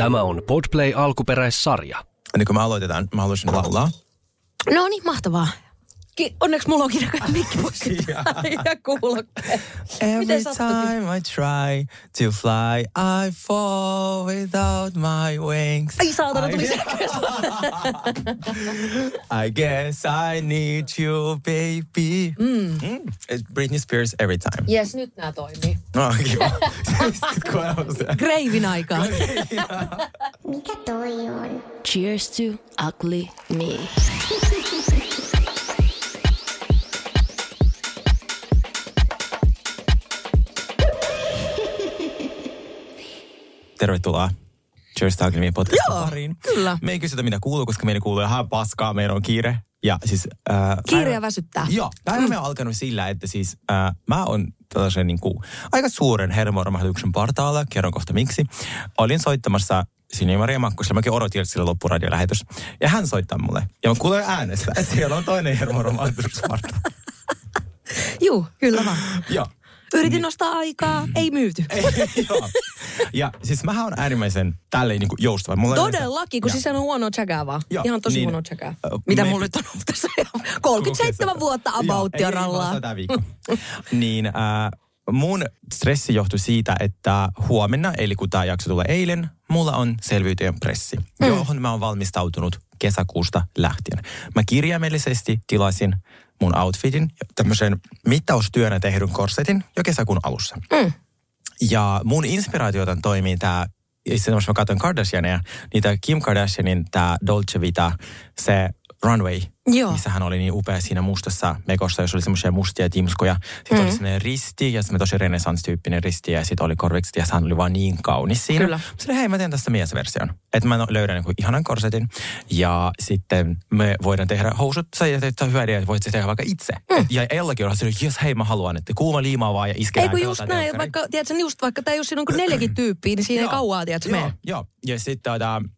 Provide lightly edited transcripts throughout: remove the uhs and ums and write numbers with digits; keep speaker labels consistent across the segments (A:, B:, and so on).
A: Tämä on Podplay alkuperäissarja.
B: Niin kun me aloitetaan, mä haluaisin laulaa.
C: No niin, mahtavaa. Onneksi mulla onkin mikkipussit ja kuulokkeet.
B: Every time I try to fly, I fall without my wings.
C: Ai saatana, tuli se.
B: I guess I need you, baby. Britney Spears every time.
C: Jes, nyt nää toimii.
B: No, kiva.
C: Greivin aikaa.
D: Mikä toi on?
C: Cheers to ugly me.
B: Tervetuloa Cheers to Ugly Me -podcastin pariin.
C: Kyllä.
B: Me ei kysytä mitä kuuluu, koska meidän kuuluu ihan paskaa, meillä on kiire. Ja siis,
C: kiire ja väsyttää.
B: Joo, päivä on alkanut sillä, että siis mä oon tällaisen niin kuin, aika suuren hermoromahduksen partaalla, kerron kohta miksi. Olin soittamassa Sinja-Maria Makkosella, mäkin odotin, että sillä loppuradiolähetys. Ja hän soittaa mulle. Ja mä kuulen äänestä, että siellä on toinen hermoromahdus partaalla.
C: Juu, kyllä vaan.
B: Joo.
C: Yritin nostaa aikaa, ei myyty.
B: Joo. Ja siis mähän on äärimmäisen tälleen niin kuin joustava.
C: Todellakin, kun siis on huonoa tsäkää vaan.
B: Joo,
C: ihan tosi
B: niin,
C: huonoa tsäkää. Mitä mulla nyt on ollut tässä 37 vuotta abouttia rallaa.
B: Niin mun stressi johtui siitä, että huomenna, eli kun tämä jakso tulee eilen, mulla on selviytyjän pressi, johon mä oon valmistautunut kesäkuusta lähtien. Mä kirjaimellisesti tilasin mun outfitin, tämmöisen mittaustyönä tehdyn korsetin jo kesäkuun alussa. Ja mun inspiraatiotan toimii tää, jos mä katson Kardashiania, niin tää Kim Kardashianin tää Dolce Vita, se runway, missä hän oli niin upea siinä mustassa mekossa, jos oli semmoisia mustia timskoja. Sitten oli semmoinen risti, ja semmoinen tosi renaissance-tyyppinen risti, ja sitten oli korvikset, ja hän oli vaan niin kaunis siinä. Kyllä. Sitten hei, mä teen tästä miesversion. Että mä löydän niin kuin ihanan korsetin, ja sitten me voidaan tehdä housut, että on hyvä idea, että voit tehdä vaikka itse. Ja Ellakin on silleen, jes hei, mä haluan, että kuuma liimaa vaan, ja isketään.
C: Ei kun just näin, vaikka tämä just siinä on 4 tyyppiä, niin siinä ei kauaa, tiedätkö, mene.
B: Joo, ja sitten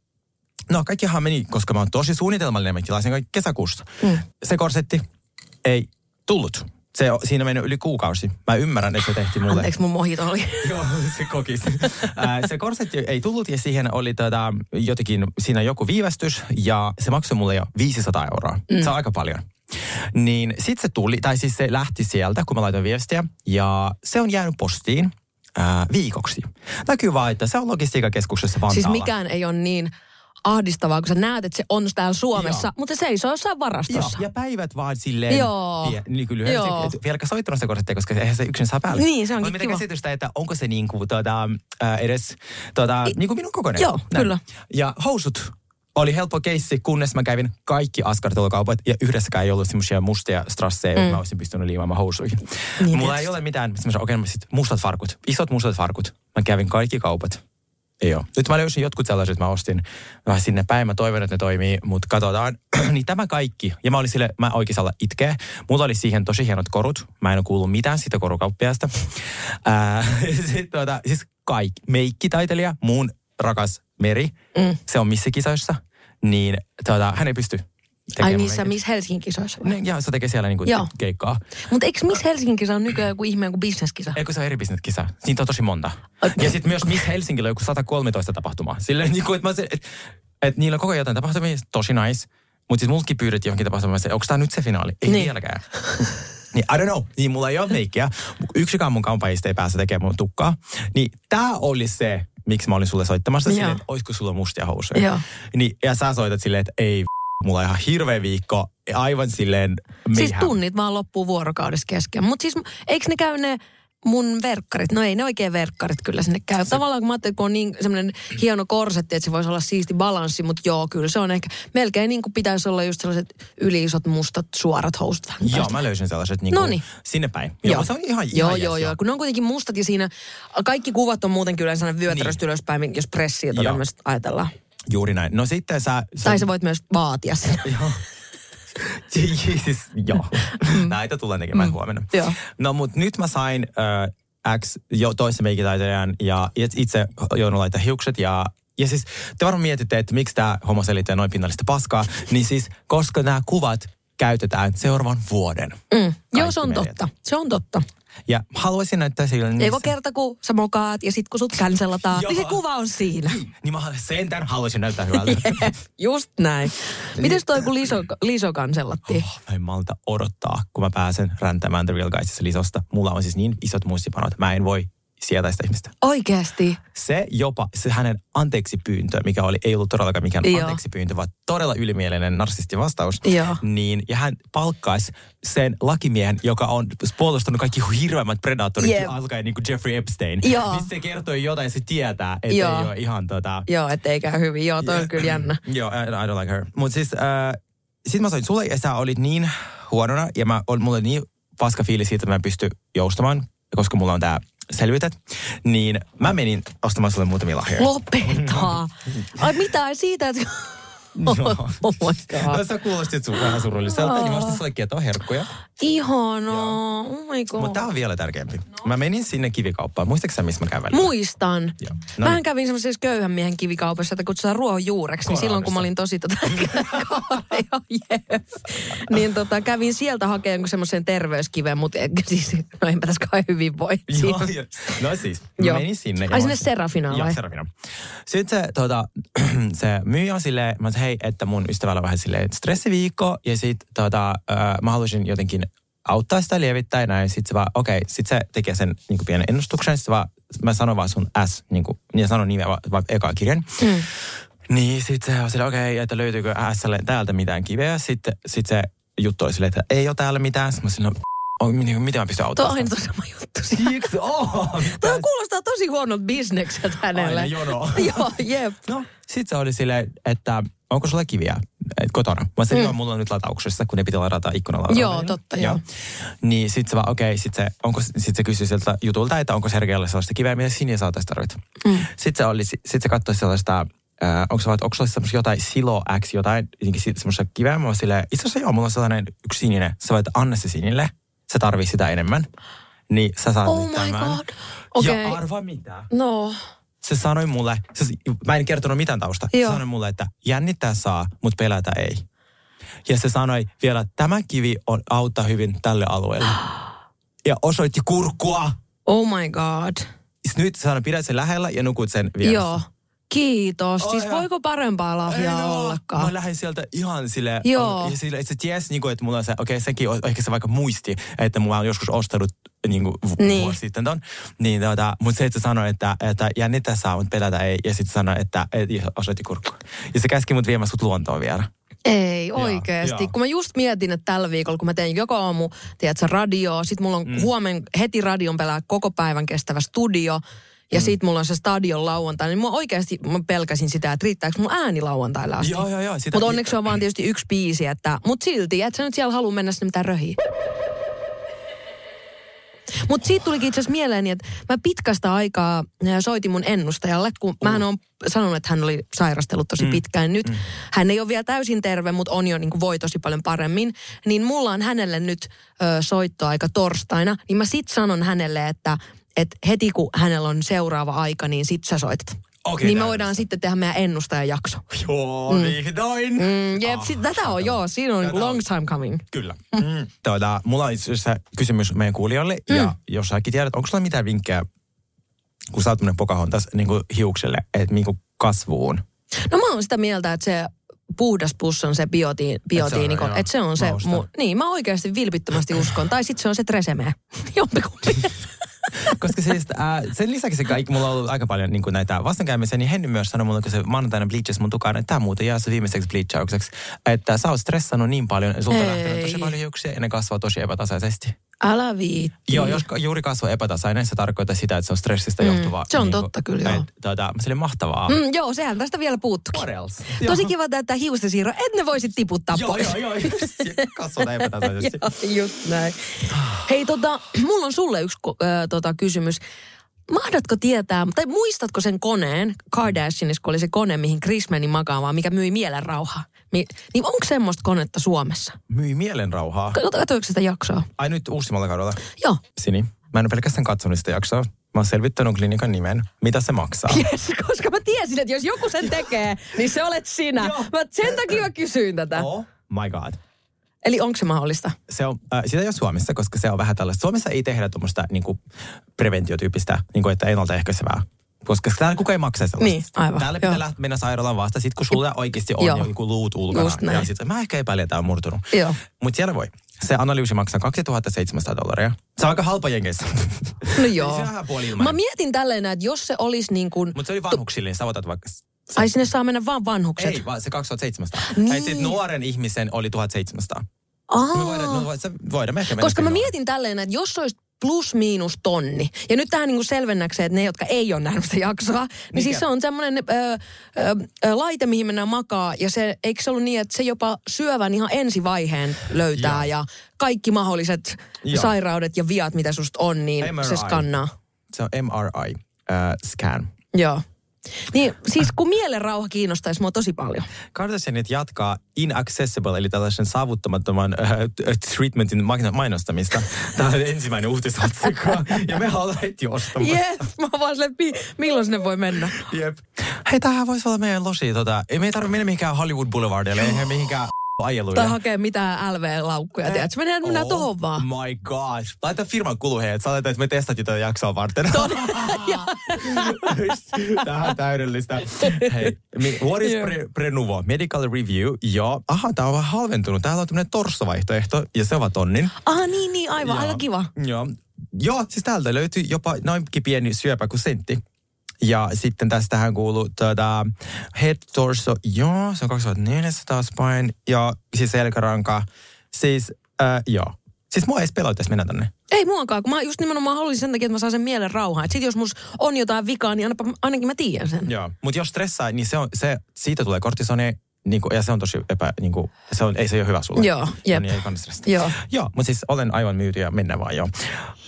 B: no kaikkihan meni, koska mä oon tosi suunnitelmallinen, mä tilasin kaikki kesäkuusta. Se korsetti ei tullut. Siinä meni yli kuukausi. Mä ymmärrän, että se tehtiin mulle.
C: Anteeksi, mun mohito oli.
B: Joo, se kokisi. Se korsetti ei tullut ja siihen oli jotenkin siinä joku viivästys ja se maksoi mulle jo 500 €. Se on aika paljon. Niin sit se tuli, tai siis se lähti sieltä, kun mä laitoin viestiä ja se on jäänyt postiin viikoksi. Näkyy vaan, että se on logistiikkakeskuksessa Vantaalla.
C: Siis mikään ei ole niin ahdistavaa, kun sä näet, että se on täällä Suomessa, mutta se seisoo jossain varastossa.
B: Ja päivät vaan silleen niin kuin lyhyesti. Vieläkö soittanut sitä korsettia, koska eihän se yksin saa päälle.
C: Niin, se onkin kiva.
B: Mitä käsitystä, että onko se niin kuin edes niin kuin minun kokoinen.
C: Joo, kyllä.
B: Ja housut oli helppo keissi, kunnes mä kävin kaikki askartelukaupat ja yhdessäkään ei ollut semmoisia mustia strasseja, joita mä olisin pystynyt liimaamaan housuihin. Niin, mulla ei ole mitään semmoisia, mustat farkut, isot mustat farkut. Mä kävin kaikki kaupat. Joo. Nyt mä löysin jotkut sellaiset, mä ostin vähän sinne päin. Mä toivon, että ne toimii, mutta katsotaan. Niin tämä kaikki. Ja mä olin sille, mä oikein olla itkeä. Mulla oli siihen tosi hienot korut. Mä en ole kuullut mitään siitä korukauppiasta. Siis kaikki. Meikkitaiteilija, mun rakas Meri, se on missä kisoissa. Niin hän ei pysty.
C: Ai niissä Miss Helsingin kisoissa?
B: Joo, se tekee siellä niinku keikkaa.
C: Mutta eikö Miss Helsingin kisa on nykyään joku ihme joku business-kisa?
B: Eikö se on eri business-kisa? Siitä on tosi monta. Ja sitten myös Miss Helsingillä on joku 113 tapahtumaa. Silleen niinku, että niillä on koko ajan jotain tapahtumia, tosi nice. Mutta sitten mullekin pyydettiin johonkin tapahtumaan, että onko tämä nyt se finaali? Ei vieläkään. Niin, I don't know. Niin, mulla ei ole meikkiä. Yksikään mun kampaajista ei pääse tekemään mun tukkaa. Niin, tää oli se, miksi mä olin sulle soittamassa silleen, että olisiko sulla mustia housuja. Joo. Niin, ja sä soitat silleen, että ei mulla on ihan hirveä viikko, aivan silleen
C: Siis tunnit vaan loppuu vuorokaudessa kesken. Mutta siis eikö ne käy ne mun verkkarit? No ei ne oikein verkkarit kyllä sinne käy. Tavallaan kun mä ajattelin, kun on niin semmoinen hieno korsetti, että se voisi olla siisti balanssi, mutta joo, kyllä se on ehkä melkein niin kuin pitäisi olla just sellaiset yliisot mustat suorat housut.
B: Joo, mä löysin sellaiset niin kuin sinne päin. Joo, se on ihan
C: Joo. Kun ne on kuitenkin mustat ja siinä kaikki kuvat on muutenkin yleensä sellainen vyötäröstä ylöspäin, jos pressiä todennäköisesti ajatellaan.
B: Juuri näin. No sitten
C: Tai sä voit myös vaatia sitä.
B: Joo. Siis, joo. Näitä tullaan tekemään huomenna.
C: Joo.
B: No mut nyt mä sain toisen meikitaitajan ja itse joudun laittaa hiukset ja siis te varmaan mietitte, että miksi tää homma selittää noin pinnallista paskaa. Niin siis, koska nämä kuvat käytetään seuraavan vuoden.
C: Joo, se on totta. Se on totta.
B: Ja haluaisin näyttää sille...
C: Eikö kerta, kun sä mokaat ja sit kun sut cancellataan, niin se kuva on siinä.
B: Niin mä sentään haluaisin näyttää hyvältä.
C: Just näin. Mites toi, kun Liso cancellattiin?
B: Mä en malta odottaa, kun mä pääsen räntämään The Real Guysissa Lisosta. Mulla on siis niin isot muistipanot, mä en voi sietää sitä ihmistä.
C: Oikeesti?
B: Se hänen anteeksi pyyntö, mikä ei ollut todellakaan mikään anteeksi pyyntö, vaan todella ylimielinen narsisti vastaus. Niin, ja hän palkkaisi sen lakimiehen, joka on puolustanut kaikki hirveimmät predaattorit, alkaen niin kuin Jeffrey Epstein. Missä se kertoi jotain, se tietää, että ei ole ihan
C: Joo, ettei käy hyvin. Joo, toi on kyllä jännä.
B: Joo, I don't like her. Mutta siis, sit mä soin sulle, ja sä olit niin huonona, ja mulla oli niin paska fiilis siitä, että mä en pysty joustamaan, koska mulla on tää selviytät, niin mä menin ostamaan sulle muutamia lahjoja.
C: Lopeta! Ai mitä siitä, että... Oh my god.
B: No sä kuulostit vähän surulliselta, niin mä ostin sulle herkkuja.
C: Ihanaa, oh my god.
B: Mutta tää on vielä tärkeämpi. Mä menin sinne kivikauppaan. Muistatko sä, missä mä kävelin?
C: Muistan. Mähän kävin semmoisessa köyhän miehen kivikaupassa, että kutsutaan ruohonjuureksi, niin silloin kun mä olin tosi niin kävin sieltä hakemaan semmoisen terveyskiven, mutta siis, no enpä tässä kai hyvin voi.
B: No siis, mä menin sinne.
C: Ai sinne Serafinaan vai?
B: Joo, Serafinaan. Sitten se myyjä on silleen, mä hei, että mun ystävällä on vähän silleen stressiviikko, ja sit mä haluaisin jotenkin auttaa sitä lievittää ja näin. Sitten se vaan, sit se tekee sen niin kuin pienen ennustuksen, sit mä sanon vaan sun S, niin kuin, ja sanon nimeä vaan eka kirjan. Niin sit se on silleen, että löytyykö S:lle täältä mitään kiveä. Sitten se juttu oli silleen, että ei ole täällä mitään. Sitten mä silleen, miten mä pystyn auttamaan?
C: Tuo on aina sama juttu. Siksi? Tuo kuulostaa tosi huonolta bisnekseltä hänelle.
B: Aina jono.
C: Joo, jep.
B: No, sit se oli silleen, että onko sulla kiviä kotona? Mä sanoin, mulla on nyt latauksessa, kun ne pitää ladata ikkunalla.
C: Joo, totta, joo.
B: Niin sit se vaan, sit se kysyi sieltä jutulta, että onko Sergeille sellaista kiveä, mitä sinne saataisiin tarvita. Sit se katsoi sellaista, onko se semmoista jotain Silo X, jotain semmoista kiveä. Mä oon silleen, itse asiassa mulla on sellainen yksi sininen. Sä voit anna se sinille, se tarvii sitä enemmän. Niin sä saat tämän.
C: Oh my god. Okay.
B: Ja arvaa mitä?
C: No.
B: Se sanoi mulle, mä en kertonut mitään tausta. Se sanoi mulle, että jännittää saa, mutta pelätä ei. Ja se sanoi vielä, että tämä kivi auttaa hyvin tälle alueelle. Ja osoitti kurkkua.
C: Oh my god.
B: Nyt se sanoi, pidä sen lähellä ja nukut sen vieressä. Joo.
C: Kiitos. Siis voiko parempaa lahjaa ollakaan?
B: Mä lähdin sieltä ihan silleen. Joo. Ja sille, että se ties, että mulla on se, sekin ehkä se vaikka muisti, että mulla on joskus ostanut vuosi sitten ton. Niin, mutta se, että se sanoi, että jännittää saa, mutta pelätä ei. Ja sitten sanoi, että osoitti kurkkua. Ja se käski mut viemään sut luontoon vielä.
C: Ei, oikeesti. Kun mä just mietin, että tällä viikolla, kun mä tein joka aamu, tiedätkö, radioa, sit mulla on huomenna heti radion pelaa koko päivän kestävä studio, ja sit mulla on se stadion lauantai, niin mä pelkäsin sitä, että riittääkö mun ääni lauantaille asti.
B: Joo.
C: Mutta onneksi se on vaan tietysti yksi biisi, mutta silti, et sä nyt siellä halua mennä sinne mitään röhiä. Mutta siitä tulikin itse asiassa mieleeni, että mä pitkästä aikaa soitin mun ennustajalle, kun mähän oon sanonut, että hän oli sairastellut tosi pitkään. Nyt hän ei ole vielä täysin terve, mutta on jo voi tosi paljon paremmin. Niin mulla on hänelle nyt soittoaika torstaina, niin mä sit sanon hänelle, että heti kun hänellä on seuraava aika, niin sit sä soitat. Niin me voidaan sitten tehdä meidän ennustajajakso.
B: Joo, vihdoin.
C: Jep, tätä on, siinä on long time coming.
B: Kyllä. Mulla on itse asiassa kysymys meidän kuulijoille, ja jos säkin tiedät, onko sulla mitään vinkkejä, kun sä oot tämmönen Pocahontas niin kuin hiukselle, että niin kuin kasvuun?
C: No mä oon sitä mieltä, että se puhdas plus on se biotiini, että se on se, niin mä oikeasti vilpittömästi uskon. Tai sitten se on se treseme. Jompikumpi.
B: Koska siis, sen lisäksi mulla on ollut aika paljon niin näitä vastoinkäymisiä, niin Henny myös sanoi mulle, kun se maanantaina bleachasi mun tukana, että tämä muuten jää se viimeiseksi bleachaukseksi. Että sä oot stressannut niin paljon, sulta lähtee tosi paljon hiuksia ja ne kasvaa tosi epätasaisesti.
C: Älä viitti.
B: Joo, jos juuri kasvu epätasainen, se tarkoittaa sitä, että se on stressistä johtuvaa.
C: Se on totta kyllä, joo.
B: Se oli mahtavaa.
C: Joo, sehän tästä vielä puuttukin.
B: What else?
C: Tosi kiva tätä hiustensiirro, et ne voisit tiputtaa pois.
B: Joo, kasvataan epätasaisesti.
C: Joo, just näin. Hei, mulla on sulle yksi kysymys. Mahdatko tietää, tai muistatko sen koneen, Kardashianissa, kun oli se kone, mihin Kris meni makaamaan, mikä myi mielenrauhaa? Niin onko semmoista konetta Suomessa?
B: Myi mielenrauhaa?
C: Katsoitko sitä jaksoa?
B: Ai nyt uusimmalla kaudella?
C: Joo.
B: Sini, mä en ole pelkästään katsonut sitä jaksoa. Mä oon selvittänyt klinikan nimen. Mitä se maksaa?
C: Yes, koska mä tiesin, että jos joku sen tekee, niin se olet sinä. Sen takia mä kysyin tätä.
B: Oh my god.
C: Eli onko se mahdollista?
B: Se on, sitä ei ole Suomessa, koska se on vähän tällaista. Suomessa ei tehdä tuommoista niinku preventiotyyppistä, niinku, että ennaltaehkäisevää. Koska täällä kukaan ei maksa sellaista.
C: Niin, aivan.
B: Täällä pitää mennä sairaalaan vasta, sit kun sulla oikeasti on joku luut ulkona. Ja sit, mä ehkä epäilen, että tämä on murtunut. Mutta siellä voi. Se analyysi maksaa $2,700. Se on aika halpa jengeissä.
C: No joo.
B: Se on vähän puoli ilman.
C: Mä mietin tälleen, että jos se olisi niin kuin...
B: Mutta se oli vanhuksille, niin sä otat vaikka...
C: Ai sinne saa mennä vaan vanhukset?
B: Ei, vaan se 2,700.
C: Niin.
B: Tai sitten nuoren ihmisen oli 1,700. Me voidaan ehkä mennä.
C: Koska mä mietin tälleen, että jos olisi plus miinus tonni. Ja nyt tähän niin kuin selvennäkseen, että ne, jotka ei ole nähnyt sitä jaksoa, niin siis se on semmoinen laite, mihin mennään makaa. Ja se, eikö se ollut niin, että se jopa syövän ihan ensivaiheen löytää ja kaikki mahdolliset sairaudet ja viat, mitä susta on, niin
B: MRI.
C: Se skannaa.
B: Se on MRI scan.
C: Joo. Niin, siis kun mielenrauha kiinnostaisi mua tosi paljon.
B: Kardashianit jatkaa inaccessible, eli tällaisen saavuttamattoman treatmentin mainostamista. Tämä on ensimmäinen uutisotsikko, ja me ollaan heti ostamassa.
C: Jep, mä oon vaan silleen, milloin sinne voi mennä.
B: Jep. Hei, tämähän voisi olla meidän losi. Me ei tarvitse mennä mihinkään Hollywood Boulevardille, eikä mihinkään ajeluille.
C: Tai hakea mitään LV-laukkuja, tiedätkö? Mennään tohon vaan.
B: My gosh. Laita firman kulu, hei, että sä aletaan, että me testattiin tätä jaksoa varten. Tähän on täydellistä. Hei, what is Prenuvo? Medical review. Joo. Aha, tää on vähän halventunut. Täällä on tämmönen torsovaihtoehto, ja se on tonni.
C: Aha, niin, aivan. Aika kiva.
B: Joo, siis täältä löytyy jopa noinkin pieni syöpä kuin sentti. Ja sitten tästähän kuuluu head torso, joo, se on 2400 spine, ja siis selkäranka, siis joo. Siis mua ei edes peloittaisi mennä tänne.
C: Ei muakaan, kun mä just nimenomaan haluaisin sen takia, että mä saan sen mielen rauhaan. Että sit jos mus on jotain vikaa, niin ainakin mä tiedän sen.
B: Joo, mutta jos stressaa, niin siitä tulee kortisoni, niinku, ja se on tosi ei se ole hyvä sulle.
C: Joo, jep.
B: Niin ei kannata stressata.
C: Joo,
B: mutta siis olen aivan myyty ja mennään vaan, joo.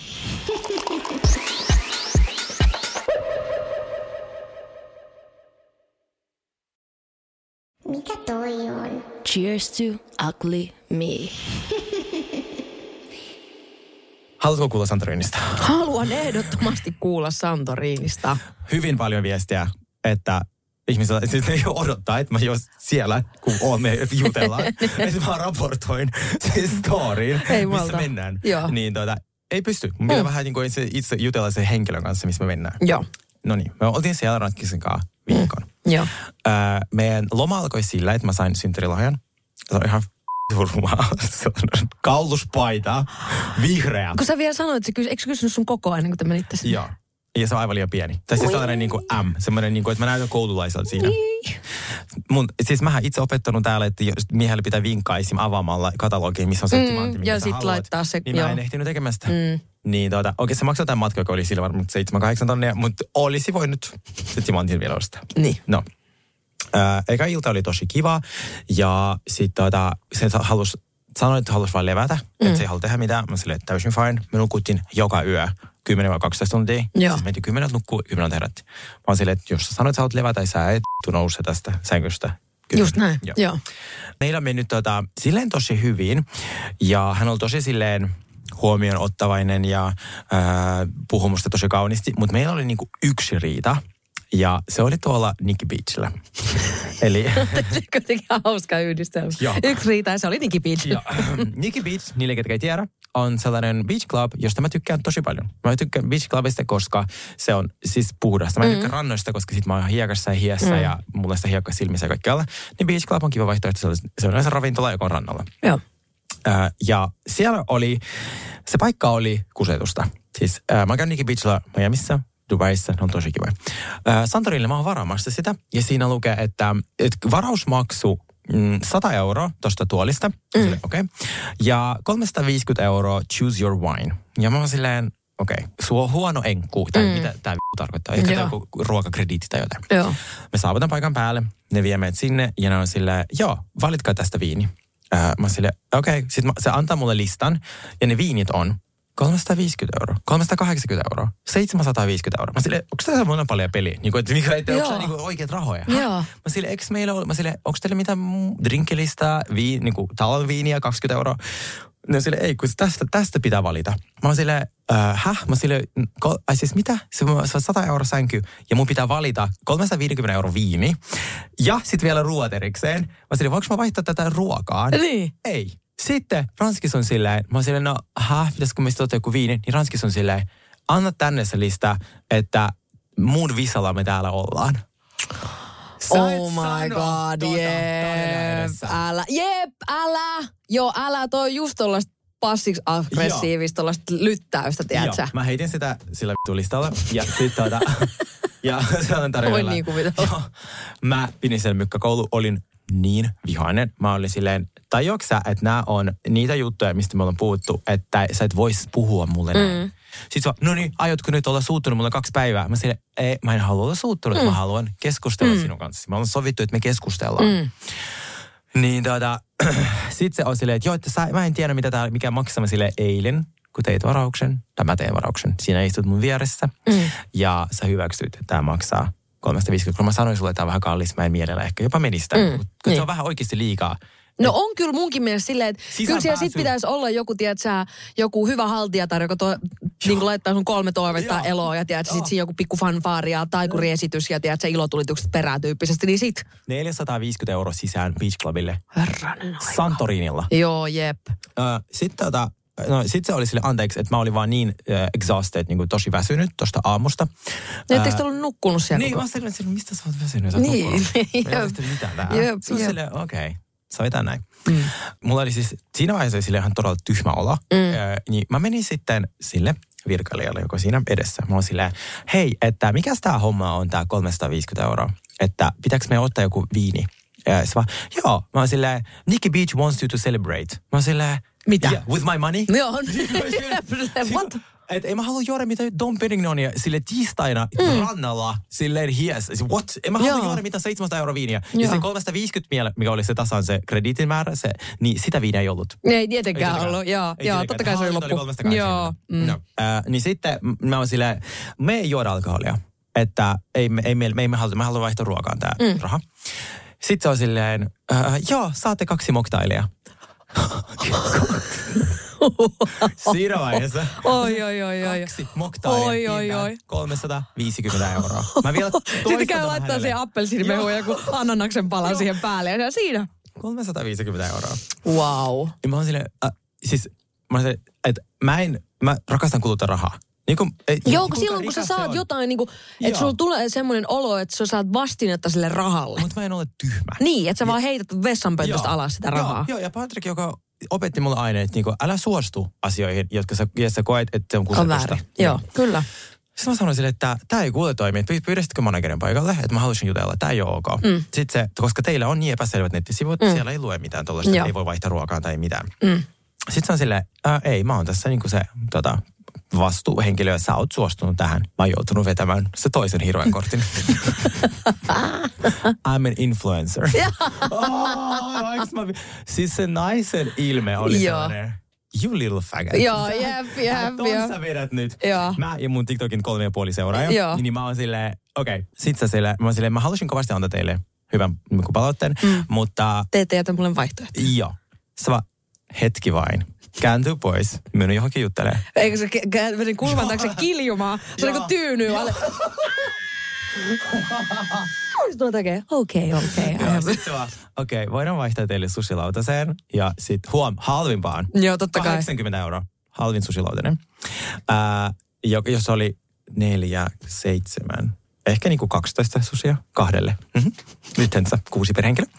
D: Mikä toi on?
C: Cheers to ugly me.
B: Haluatko kuulla Santorinista?
C: Haluan ehdottomasti kuulla Santorinista.
B: Hyvin paljon viestiä, että ihmisillä siis ne odottaa, että mä jos siellä, kun me jutellaan, että mä raportoin siis storyin, missä mennään.
C: Joo.
B: Niin ei pysty. Mun pitää vähän niin kuin itse jutella sen henkilön kanssa, missä me mennään.
C: Joo.
B: No niin, me oltiin siellä Ratkisen kanssa viikon.
C: Joo.
B: Meidän loma alkoi sillä, että mä sain synttärilahjan. Se on ihan rumaa. Se on kauluspaita, vihreä.
C: Kun sä vielä sanoit, että eikö sä kysynyt sun kokoa ennen kuin te menitte sinne?
B: Joo. Ja se on aivan liian pieni. Tai siis sellainen niin kuin M. Semmoinen, niin kuin, että mä näytän koululaiselta siinä. Siis mähän itse opettanut täällä, että jos miehelle pitää vinkkaa esim. Avaamalla katalogiin, missä on senttimantti,
C: ja sit laittaa se.
B: Niin mä en ehtinyt tekemään sitä. Niin oikein se maksoi tämän matka, joka oli sillä varmaan 7-8 tonnia, mutta olisi voinut senttimantin vielä ostaa.
C: Niin.
B: No. Eka ilta oli tosi kiva. Ja sitten se sanoi, että halusi vaan levätä. Että se ei halua tehdä mitään. Mä silleen, täysin fine. Me nukuttiin joka yö 10-12 tuntia.
C: Joo.
B: Siis mentiin 10 nukkuu, 10 herätti. Mä oon silleen, että jos sä sanoit, että sä haluat levätä, sä et nouse tästä sängystä. 10.
C: Just näin, joo.
B: Meillä on mennyt silleen tosi hyvin. Ja hän oli tosi silleen huomioon ottavainen ja puhui musta tosi kauniisti. Mutta meillä oli niinku yksi riita. Ja se oli tuolla Nikki Beachillä. Eli
C: se kuitenkin hauska yhdistelmä. Yksi riita ja se oli Nikki Beach.
B: Nikki Beach, niille ketkä ei tiedä, on sellainen beach club, josta mä tykkään tosi paljon. Mä tykkään beach clubista, koska se on siis puhdasta. Mä tykkään rannoista, koska sit mä oon hiekassa ja hiessä ja mulla sitä hiekka silmissä ja kaikkialla. Niin beach club on kiva vaihtoehto. Se on yleensä ravintola, joka on rannalla.
C: Joo.
B: Ja siellä se paikka oli kusetusta. Siis mä käyn Nikki Beachilla Miamiissa, Dubaissa, ne on tosi kiva. Santorinille mä oon varaamassa sitä, ja siinä lukee, että varausmaksu 100 € tuosta tuolista, okay. Ja 350 € choose your wine. Ja mä oon silleen, okei, huono enkku, tai mitä tää tarkoittaa, ehkä tämä ruokakrediitti tai jotain.
C: Joo.
B: Me saavutaan paikan päälle, ne vie meidät sinne, ja ne on silleen, joo, valitkaa tästä viini. Mä oon silleen, okei. Sitten se antaa mulle listan, ja ne viinit on 350 €, 380 €, 750 €. Mä silleen, onko tämä semmoinen paljon peliä? Niin kuin, että onko tämä niin oikeat rahoja?
C: Joo.
B: Mä silleen, eikö meillä ole? Mä silleen, onko teillä mitään drinkkilistaa, niin talviiniä 20 €? No silleen, ei, kun tästä pitää valita. Mä oon silleen, Mä silleen, siis mitä? Se on 100 € sänky ja mun pitää valita 350 € viini ja sitten vielä ruoat erikseen. Mä silleen, voinko mä vaihtaa tätä ruokaan?
C: Niin.
B: Ei. Sitten Ranskis on silleen, mä oon silleen, no pitäisikö meistä ottaa joku viini? Niin Ranskis on silleen, anna tänne se lista, että mun visalla me täällä ollaan.
C: Oh my god, älä. Joo, älä toi just tollaista passiksi aggressiivista, tollaista lyttäystä, tiedätkö?
B: Joo, mä heitin sitä sillä listalla ja sit ja se on tarjolla.
C: Voi niin kuvitella.
B: Mä pidin sen mykkäkoulu, olin niin vihainen. Mä olin silleen, tajuatko sä, että nämä on niitä juttuja, mistä me ollaan puhuttu, että sä et vois puhua mulle näin. Sitten se on, no niin, aiotko nyt olla suuttunut mulle 2 päivää? Mä silleen, ei, mä en halua olla suuttunut, mä haluan keskustella sinun kanssa. Me ollaan sovittu, että me keskustellaan. Niin sit se on silleen, että joo, että mä en tiedä mikä maksaa silleen eilen, kun teit varauksen, tai mä tein varauksen. Siinä istut mun vieressä ja sä hyväksyt, että tää maksaa 350. Kun mä sanoin sulle, että tää on vähän kallis, mä en mielellä ehkä jopa menistä. Kun se on vähän oikeasti liikaa.
C: No on kyllä munkin mielestä silleen, että kyllä siellä sit pitäisi olla joku, tiedätkö, joku hyvä haltijatar, joka niin laittaa sun 3 toivetta eloon ja tiedätkö, sit siinä joku pikku fanfaari ja taikuriesitys ja tiedätkö, ilotulitukset perään tyyppisesti, niin sit.
B: 450 € sisään Beach Clubille.
C: Herranen aika.
B: Santorinilla.
C: Joo, jep.
B: Sitten sit se oli sille anteeksi, että mä olin vaan niin exhausted, niin kuin tosi väsynyt tosta aamusta.
C: Etteikö te ollut nukkunut siellä?
B: Niin, mä oon silleen, mistä sä oot väsynyt? Sä
C: niin.
B: Mä en mitään tähän. Se on silleen, okei. Sovitaan näin. Mulla oli siis siinä vaiheessa sille ihan todella tyhmä olo. Niin mä menin sitten sille virkailijalle, joka siinä edessä. Mä oon silleen, hei, että mikäs tää homma on tää 350 €? Että pitääkö me ottaa joku viini? Ja se vaan, joo. Mä oon silleen, Nikki Beach wants you to celebrate. Mä oon silleen,
C: mitä?
B: Yeah, with my money?
C: Joo. What?
B: Että ei mä halua juoda mitään Dom Perignonia sille tiistaina rannalla silleen hies. What? En mä halua juoda mitään 700 € viiniä. Ja se 350, mikä oli se tasan se krediitin määrä, niin sitä viiniä ei ollut.
C: Ei tietenkään ollut, joo. Totta kai se oli loppu.
B: Joo. Niin sitten mä oon silleen, me ei juoda alkoholia. Että me haluta vaihtaa ruokaan tää raha. Sitten se on silleen, joo, saatte 2 moktailia. Siinä vaiheessa.
C: Oi.
B: 2 moktailia. 350 €. Mä vielä
C: sitten käy laittaa siihen appelsiinimehuun joku ananaksen pala siihen päälle ja siinä.
B: 350 €.
C: Wow.
B: Ja mä oon silleen, että mä rakastan kuluttaa rahaa.
C: Joo, kun silloin kun sä saat jotain, että sulla tulee semmoinen olo, että sä saat vastinetta sille rahalle.
B: Mutta mä en ole tyhmä.
C: Niin, että sä vaan heität vessanpöntöstä alas sitä rahaa.
B: Joo, ja Patrik, joka opetti mulle aina, että älä suostu asioihin, jotka sä koet, että se on kusetusta.
C: On väärin. Joo, kyllä.
B: Sitten mä sanoin sille, että tää ei kuule toimi, että pyydäisitkö managerin paikalle, että mä haluaisin jutella, tää ei ole ok. Sitten se, koska teillä on niin epäselvät nettisivut, siellä ei lue mitään tuollaista, ei voi vaihtaa ruokaa tai mitään. Sitten se on silleen, ei, mä oon tässä niinku se vastuuhenkilö, ja sä oot suostunut tähän. Mä oon joutunut vetämään se toisen hirveän kortin. I'm an influencer. Siis se naisen ilme oli sellainen, you little faggot.
C: Joo, jep.
B: Ton sä vedät nyt. Mä ja mun TikTokin 3,5 seuraajaa. Niin mä oon silleen, okei. Sit sä silleen, mä halusin kovasti antaa teille hyvän palautteen, mutta...
C: Te ette jätä mulle vaihtoehtoja.
B: Joo. Se vaan, hetki vain. Kääntyy pois. Menen johonkin juttelemaan.
C: Eikö se menen kulman taakse kiljumaan? Se on niin kuin tyynyy. Sitten tekee, okei.
B: Sitten vaan, voidaan vaihtaa teille sushilautaseen. Ja sitten halvimpaan.
C: Joo, totta kai.
B: 80 €. Halvin sushilautainen. Jos oli 4, 7... Ehkä niinku 12 sushia 2. Nytensä 6 per henkilö.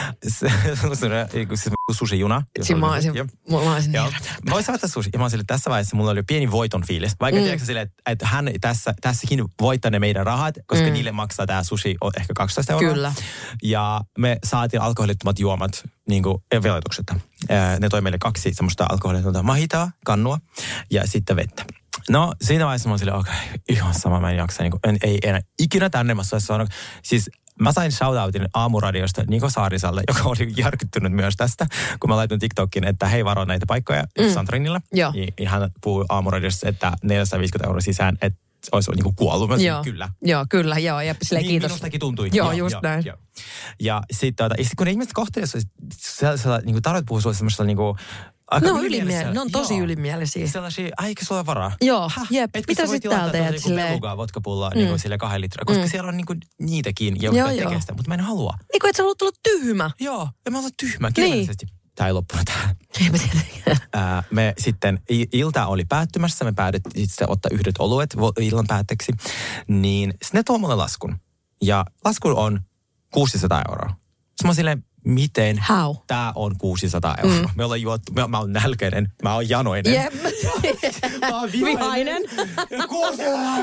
B: Sushi-juna.
C: Mä olisin
B: Mä voisin avata sushi. Ja mä olisin, tässä vaiheessa mulla oli pieni voiton fiilis. Vaikka tiedätkö silleen, että hän tässäkin voittaa ne meidän rahat, koska niille maksaa tää sushi ehkä 12 €.
C: Kyllä.
B: Ja me saatiin alkoholittomat juomat niinku veloituksetta. Ne toi meille 2 semmoista alkoholitonta mahitaa, kannua ja sitten vettä. No, siinä vaiheessa mä oon silleen, ihan sama, mä en jaksa, ei enää ikinä tänne mä saanut. Siis mä sain shoutoutin aamuradiosta Niko Saarisalle, joka oli järkyttynyt myös tästä, kun mä laitoin TikTokin, että hei, varo näitä paikkoja Santorinilla. Ja hän puhui aamuradiosta, että 450 € sisään, että olisi niinku kuollut. Mä sanoin, kyllä.
C: Joo, kyllä, joo. Ja silleen
B: niin
C: kiitos.
B: Minustakin tuntui.
C: Joo, just näin.
B: Joo. Ja sitten kun ne ihmiset kohteessa, niin tarvitset puhua sulle semmoista niinku...
C: Ne on tosi ylimielisiä.
B: Sellaisia, eikö sulla varaa?
C: Joo, jep. Mitä sitten täällä teet
B: silleen? Belugaa vodkapullaa niinku sille 2 litraa, koska siellä on niinku niitäkin, jotka tekee sitä, mutta mä en halua.
C: Niin kuin et sä haluat olla tyhmä.
B: Joo, ja mä haluan tyhmä, kirjallisesti. tämä ei loppunut tähän.
C: Ei mä tiedä.
B: Me sitten, ilta oli päättymässä, me päätettiin sitten ottaa yhdet oluet illan päätteeksi. Niin sitten ne tuo mulle laskun. Ja lasku on 600 €. Sitten mä silleen, miten
C: How?
B: Tää on 600 €. Me ollaan juottu, mä oon nälkäinen, mä oon janoinen.
C: Jep.
B: Mä oon
C: Vihainen.
B: 600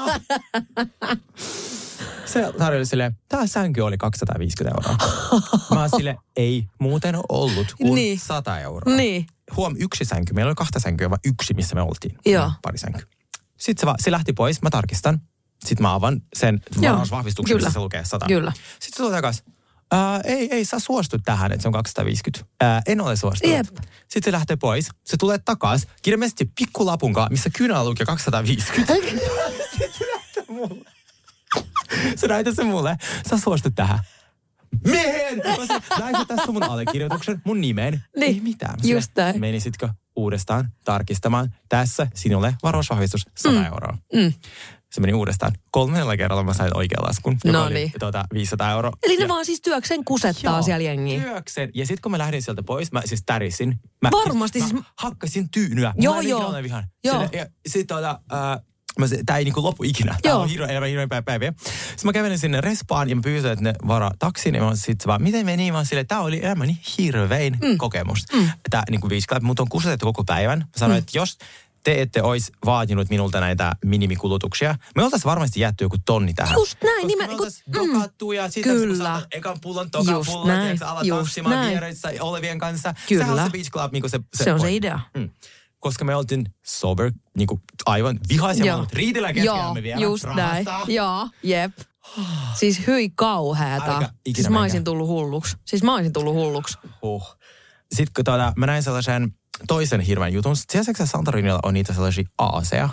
B: €. Se tarjoili silleen, tää sänky oli 250 €. Mä oon silleen, ei muuten ollut kuin
C: Niin.
B: 100 €.
C: Niin.
B: Huom, yksi sänky. Meillä oli 2 sänkyä, vaan yksi, missä me oltiin.
C: Joo.
B: Pari sänkyä. Sitten se lähti pois, mä tarkistan. Sitten mä avaan sen varausvahvistuksen, missä se lukee 100.
C: Kyllä.
B: Sitten se tulee takaisin. Ei, sä suostu tähän, että se on 250. En ole suostunut.
C: Jep.
B: Sitten se lähtee pois. Se tulee takaisin. Kirjallisesti pikkulapunkaan, missä kynällä lukee 250. Sitten se näyttää mulle. Se näyttää se mulle. Sä suostut tähän. Mihin? Näin tässä on mun allekirjoituksen, mun nimeen.
C: Niin,
B: Ei mitään.
C: just näin.
B: Menisitkö uudestaan tarkistamaan? Tässä sinulle varausvahvistus 100 €. Se meni uudestaan. 3. kerralla mä sain oikean laskun, joka
C: No
B: oli
C: niin.
B: 500 €.
C: Eli ne vaan siis työkseen kusettaa siellä jengiä.
B: Työkseen. Ja sitten kun mä lähdin sieltä pois, mä siis tärisin.
C: Varmasti
B: Mä
C: siis...
B: hakkasin tyynyä.
C: Joo,
B: Mä olin
C: joo.
B: iloinen vihan.
C: Joo.
B: Ja sitten tää ei niinku lopu ikinä. Tää
C: Joo.
B: on hirveän päiviä. Sitten mä kävelin sinne respaan ja mä pyysin, että ne varaa taksin. Ja mä sitten vaan, miten meni? Mä silleen, tää oli elämäni hirvein kokemus. Tää niinku 5 klappia, mut on kusetettu koko päivän. Mä sanoin, että jos te ette olisi vaatinut minulta näitä minimikulutuksia, me oltaisiin varmasti jätty joku tonni tähän.
C: Just näin.
B: Koska me oltaisiin dokattu ja siitä
C: Kyllä.
B: ekan pullon, tokan
C: Just
B: pullon,
C: näin.
B: ja ala
C: Just
B: tanssimaan
C: näin.
B: vieressä olevien kanssa.
C: Kyllä.
B: Sehän on se beach club, niin se
C: Se on se
B: point.
C: idea.
B: Koska me oltiin sober, niin kuin aivan vihaisia,
C: Joo.
B: mutta riitellä keskenämme vielä.
C: Just näin.
B: rahasta.
C: Joo, jep. Siis hyi kauheeta.
B: Älkää ikinä
C: Siis mä
B: menkää.
C: olisin tullut hulluksi.
B: Sitten kun mä näin sellaisen toisen hirveän jutun. Tiedätkö Santorinilla on niitä sellaisia aaseja?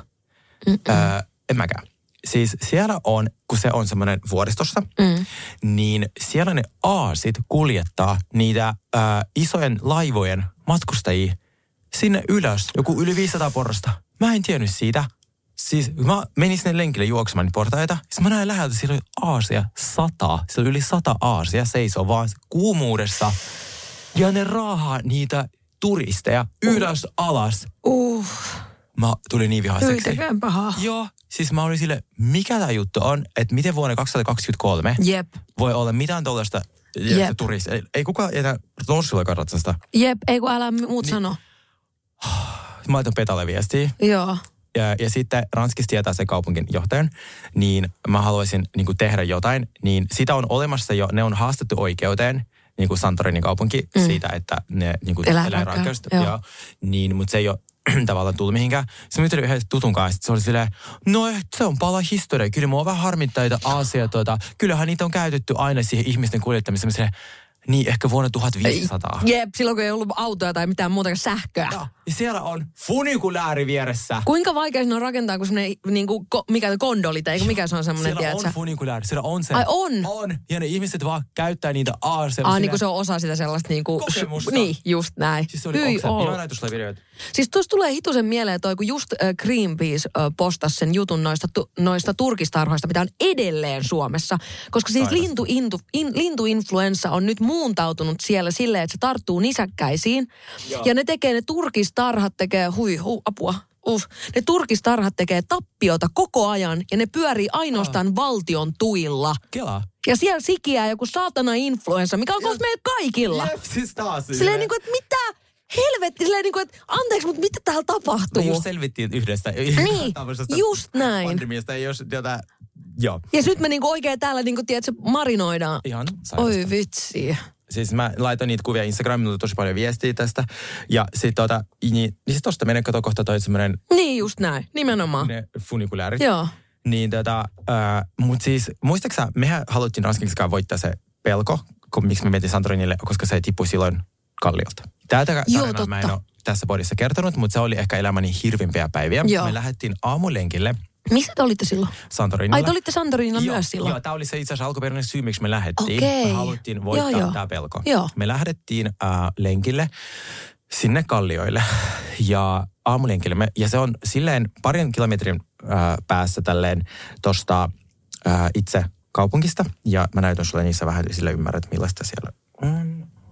B: En mäkään. Siis siellä on, kun se on semmoinen vuoristossa, niin siellä ne aasit kuljettaa niitä isojen laivojen matkustajia sinne ylös, joku yli 500 porrasta. Mä en tiennyt siitä. Siis mä menin sinne lenkille juoksemaan niitä portaita. Siis mä näin läheltä, siellä oli aasia 100. Siellä oli yli 100 aasia seisoo vaan kuumuudessa. Ja ne raahaa niitä turisteja ylös alas. Mä tulin niin vihaiseksi.
C: Tekee pahaa.
B: Joo, siis mä olin sille, mikä tää juttu on, että miten vuonna 2023
C: Jep.
B: voi olla mitään tollaista turistia. Ei kukaan jätä Norsulle katsasta.
C: Jep, ei kun älä muut sano.
B: Mä laitan Petalle viestiä.
C: Joo.
B: Ja sitten Ranskissa tietää sen kaupunkin johtajan, niin mä haluaisin niin kuin tehdä jotain. Niin sitä on olemassa jo, ne on haastettu oikeuteen, niin kuin Santorinin kaupunki, siitä, että ne niin kuin eläinrääkkäystä. Niin, mutta se ei ole tavallaan tullut mihinkään. Sitten mä yhden yhden tutun kanssa, se oli silleen, no se on pala historia. Kyllä mua vähän harmittaa niitä asioita. Kyllähän niitä on käytetty aina siihen ihmisten kuljettamiseen. Silleen, niin, ehkä vuonna 1500.
C: Jep, silloin kun ei ollut autoja tai mitään muuta kuin sähköä.
B: Ja siellä on funikulääri vieressä.
C: Kuinka vaikea siinä on rakentaa, kun semmoinen, niinku, mikä kondoli, tai mikä se on semmoinen,
B: siellä
C: tiedätkö?
B: on funikulääri, siellä on se.
C: Ai on?
B: On. Ja ne ihmiset vaan käyttää niitä aaseilla.
C: Niin kuin se on osa sitä sellaista niinku...
B: Kokemusta.
C: Niin, just näin.
B: Siis se oli videoita.
C: Siis tuossa tulee hitusen mieleen toi, kun just Greenpeace postasi sen jutun noista turkistarhoista, mitä on edelleen Suomessa. Koska siis lintuinfluenssa on nyt muuntautunut siellä silleen, että se tarttuu nisäkkäisiin. Joo. Ja ne turkistarhat tekee, apua. Ne turkistarhat tekee tappiota koko ajan ja ne pyörii ainoastaan valtion tuilla.
B: Kelaa.
C: Ja siellä sikiää joku saatana influenssa, mikä on kohta meillä kaikilla.
B: Jep, siis taas.
C: Silleen niin kuin, että mitä helvetti, silleen niin kuin, että anteeksi, mutta mitä täällä tapahtuu?
B: Me just selvittiin yhdestä.
C: Niin, just näin.
B: Pandemiasta, jos jotain, joo.
C: Ja nyt me niinku oikein täällä niinku, tiedätkö, marinoidaan.
B: Ihan sairasta.
C: Oi vitsi.
B: Siis mä laitoin niitä kuvia Instagramiin, mulla tosi paljon viestiä tästä. Ja sit niin sit tosta meidän kato kohta toi semmonen...
C: Niin just näin, nimenomaan.
B: Ne funikuläärit.
C: Joo.
B: Niin mut siis, muistaaksä, mehän haluttiin Ranskiskaan voittaa se pelko, miksi me mentiin Santorinille, koska se tippui silloin kalliolta. Tätä tarinaa mä en ole tässä podissa kertonut, mutta se oli ehkä elämäni hirvimpiä päiviä.
C: Joo.
B: Me lähdettiin aamulenkille.
C: Missä te olitte silloin?
B: Santorinilla.
C: Ai te olitte Santorinilla myös silloin?
B: Joo, tämä oli se itse asiassa alkuperäinen syy, miksi me lähdettiin.
C: Okei.
B: Me haluttiin voittaa tämä pelko.
C: Joo.
B: Me lähdettiin lenkille sinne kallioille ja aamulenkille. Ja se on silleen parin kilometrin päässä tälleen tosta itse kaupungista. Ja mä näytän sulle niissä vähän, sillä ymmärrät, millaista siellä on.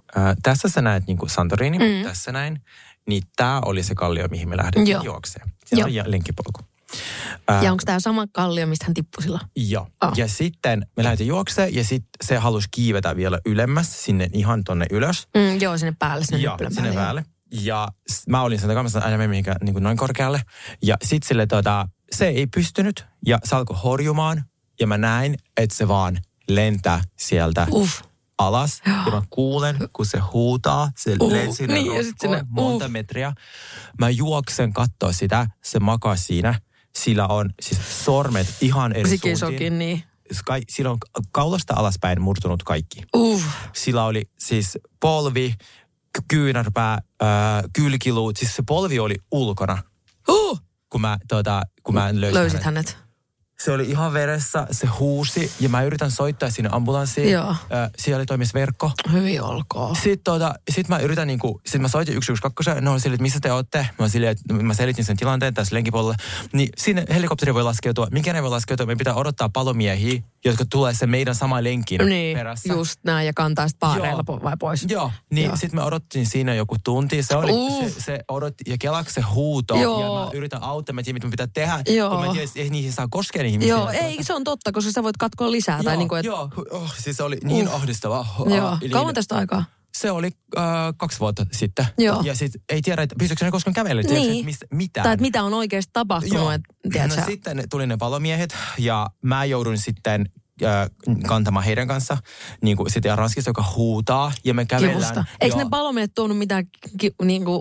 B: tässä sä näet niin kuin Santorini, tässä näin. Niin tää oli se kallio, mihin me lähdettiin juokseen. Se on lenkkipolku.
C: Ja onko tämä sama kallio, mistä hän tippui sillä?
B: Joo. Ja sitten me lähdettiin juokseen ja sitten se halusi kiivetä vielä ylemmäs sinne ihan tonne ylös.
C: Joo, sinne päälle, sinne nyppylän päälle.
B: Sinne päälle. Ja mä olin sen takamassa aina mihinkään niin kuin noin korkealle. Ja sitten sille se ei pystynyt ja se alkoi horjumaan. Ja mä näin, että se vaan lentää sieltä alas. Ja mä kuulen, kun se huutaa, se lensi monta metriä. Mä juoksen katsoa sitä, se makaa siinä. Sillä on siis sormet ihan eri suuntiin.
C: Niin.
B: Sillä on kaulasta alaspäin murtunut kaikki. Sillä oli siis polvi, kyynärpää, kylkiluut. Siis se polvi oli ulkona. Kun mä löysin hänet. Se oli ihan veressä, se huusi ja mä yritän soittaa sinne ambulanssiin.
C: Joo.
B: Siellä oli toimis verkko.
C: Hyvin olkoon.
B: Sitten mä yritän sitten mä soitin 112, ne oli silleen, että missä te ootte? Mä selitin sen tilanteen tässä lenkipuolella. Niin sinne helikopteri voi laskeutua, mikä ne voi laskeutua, me pitää odottaa palomiehiä, jotka tulee sen meidän sama lenkin perässä.
C: Just näin ja kantaa sitten paareilla vai pois.
B: Joo, niin sitten mä odottin siinä joku tunti. Se oli, se odotti ja kelaks se huuto. Ja mä yritän auttaa, mä tiedän mitä pitää tehdä. Kun mä tiedän, että niihin saa koskea ihmisiä.
C: Joo, ei se on totta, koska sä voit katkoa lisää. Tai niin kuin,
B: siis se oli niin ahdistavaa.
C: Joo, kauan tästä aikaa?
B: Se oli 2 vuotta sitten.
C: Joo.
B: Ja sitten ei tiedä, että pystyykö ne koskaan kävelemään.
C: Niin.
B: Mitään.
C: Tai että mitä on oikeasti tapahtunut.
B: No sitten tuli ne palomiehet ja mä joudun sitten kantamaan heidän kanssa niin kuin sitä Ranskista, joka huutaa ja me kävellään.
C: Kivusta. Eikö ne palomiehet tuonut mitään niin kuin...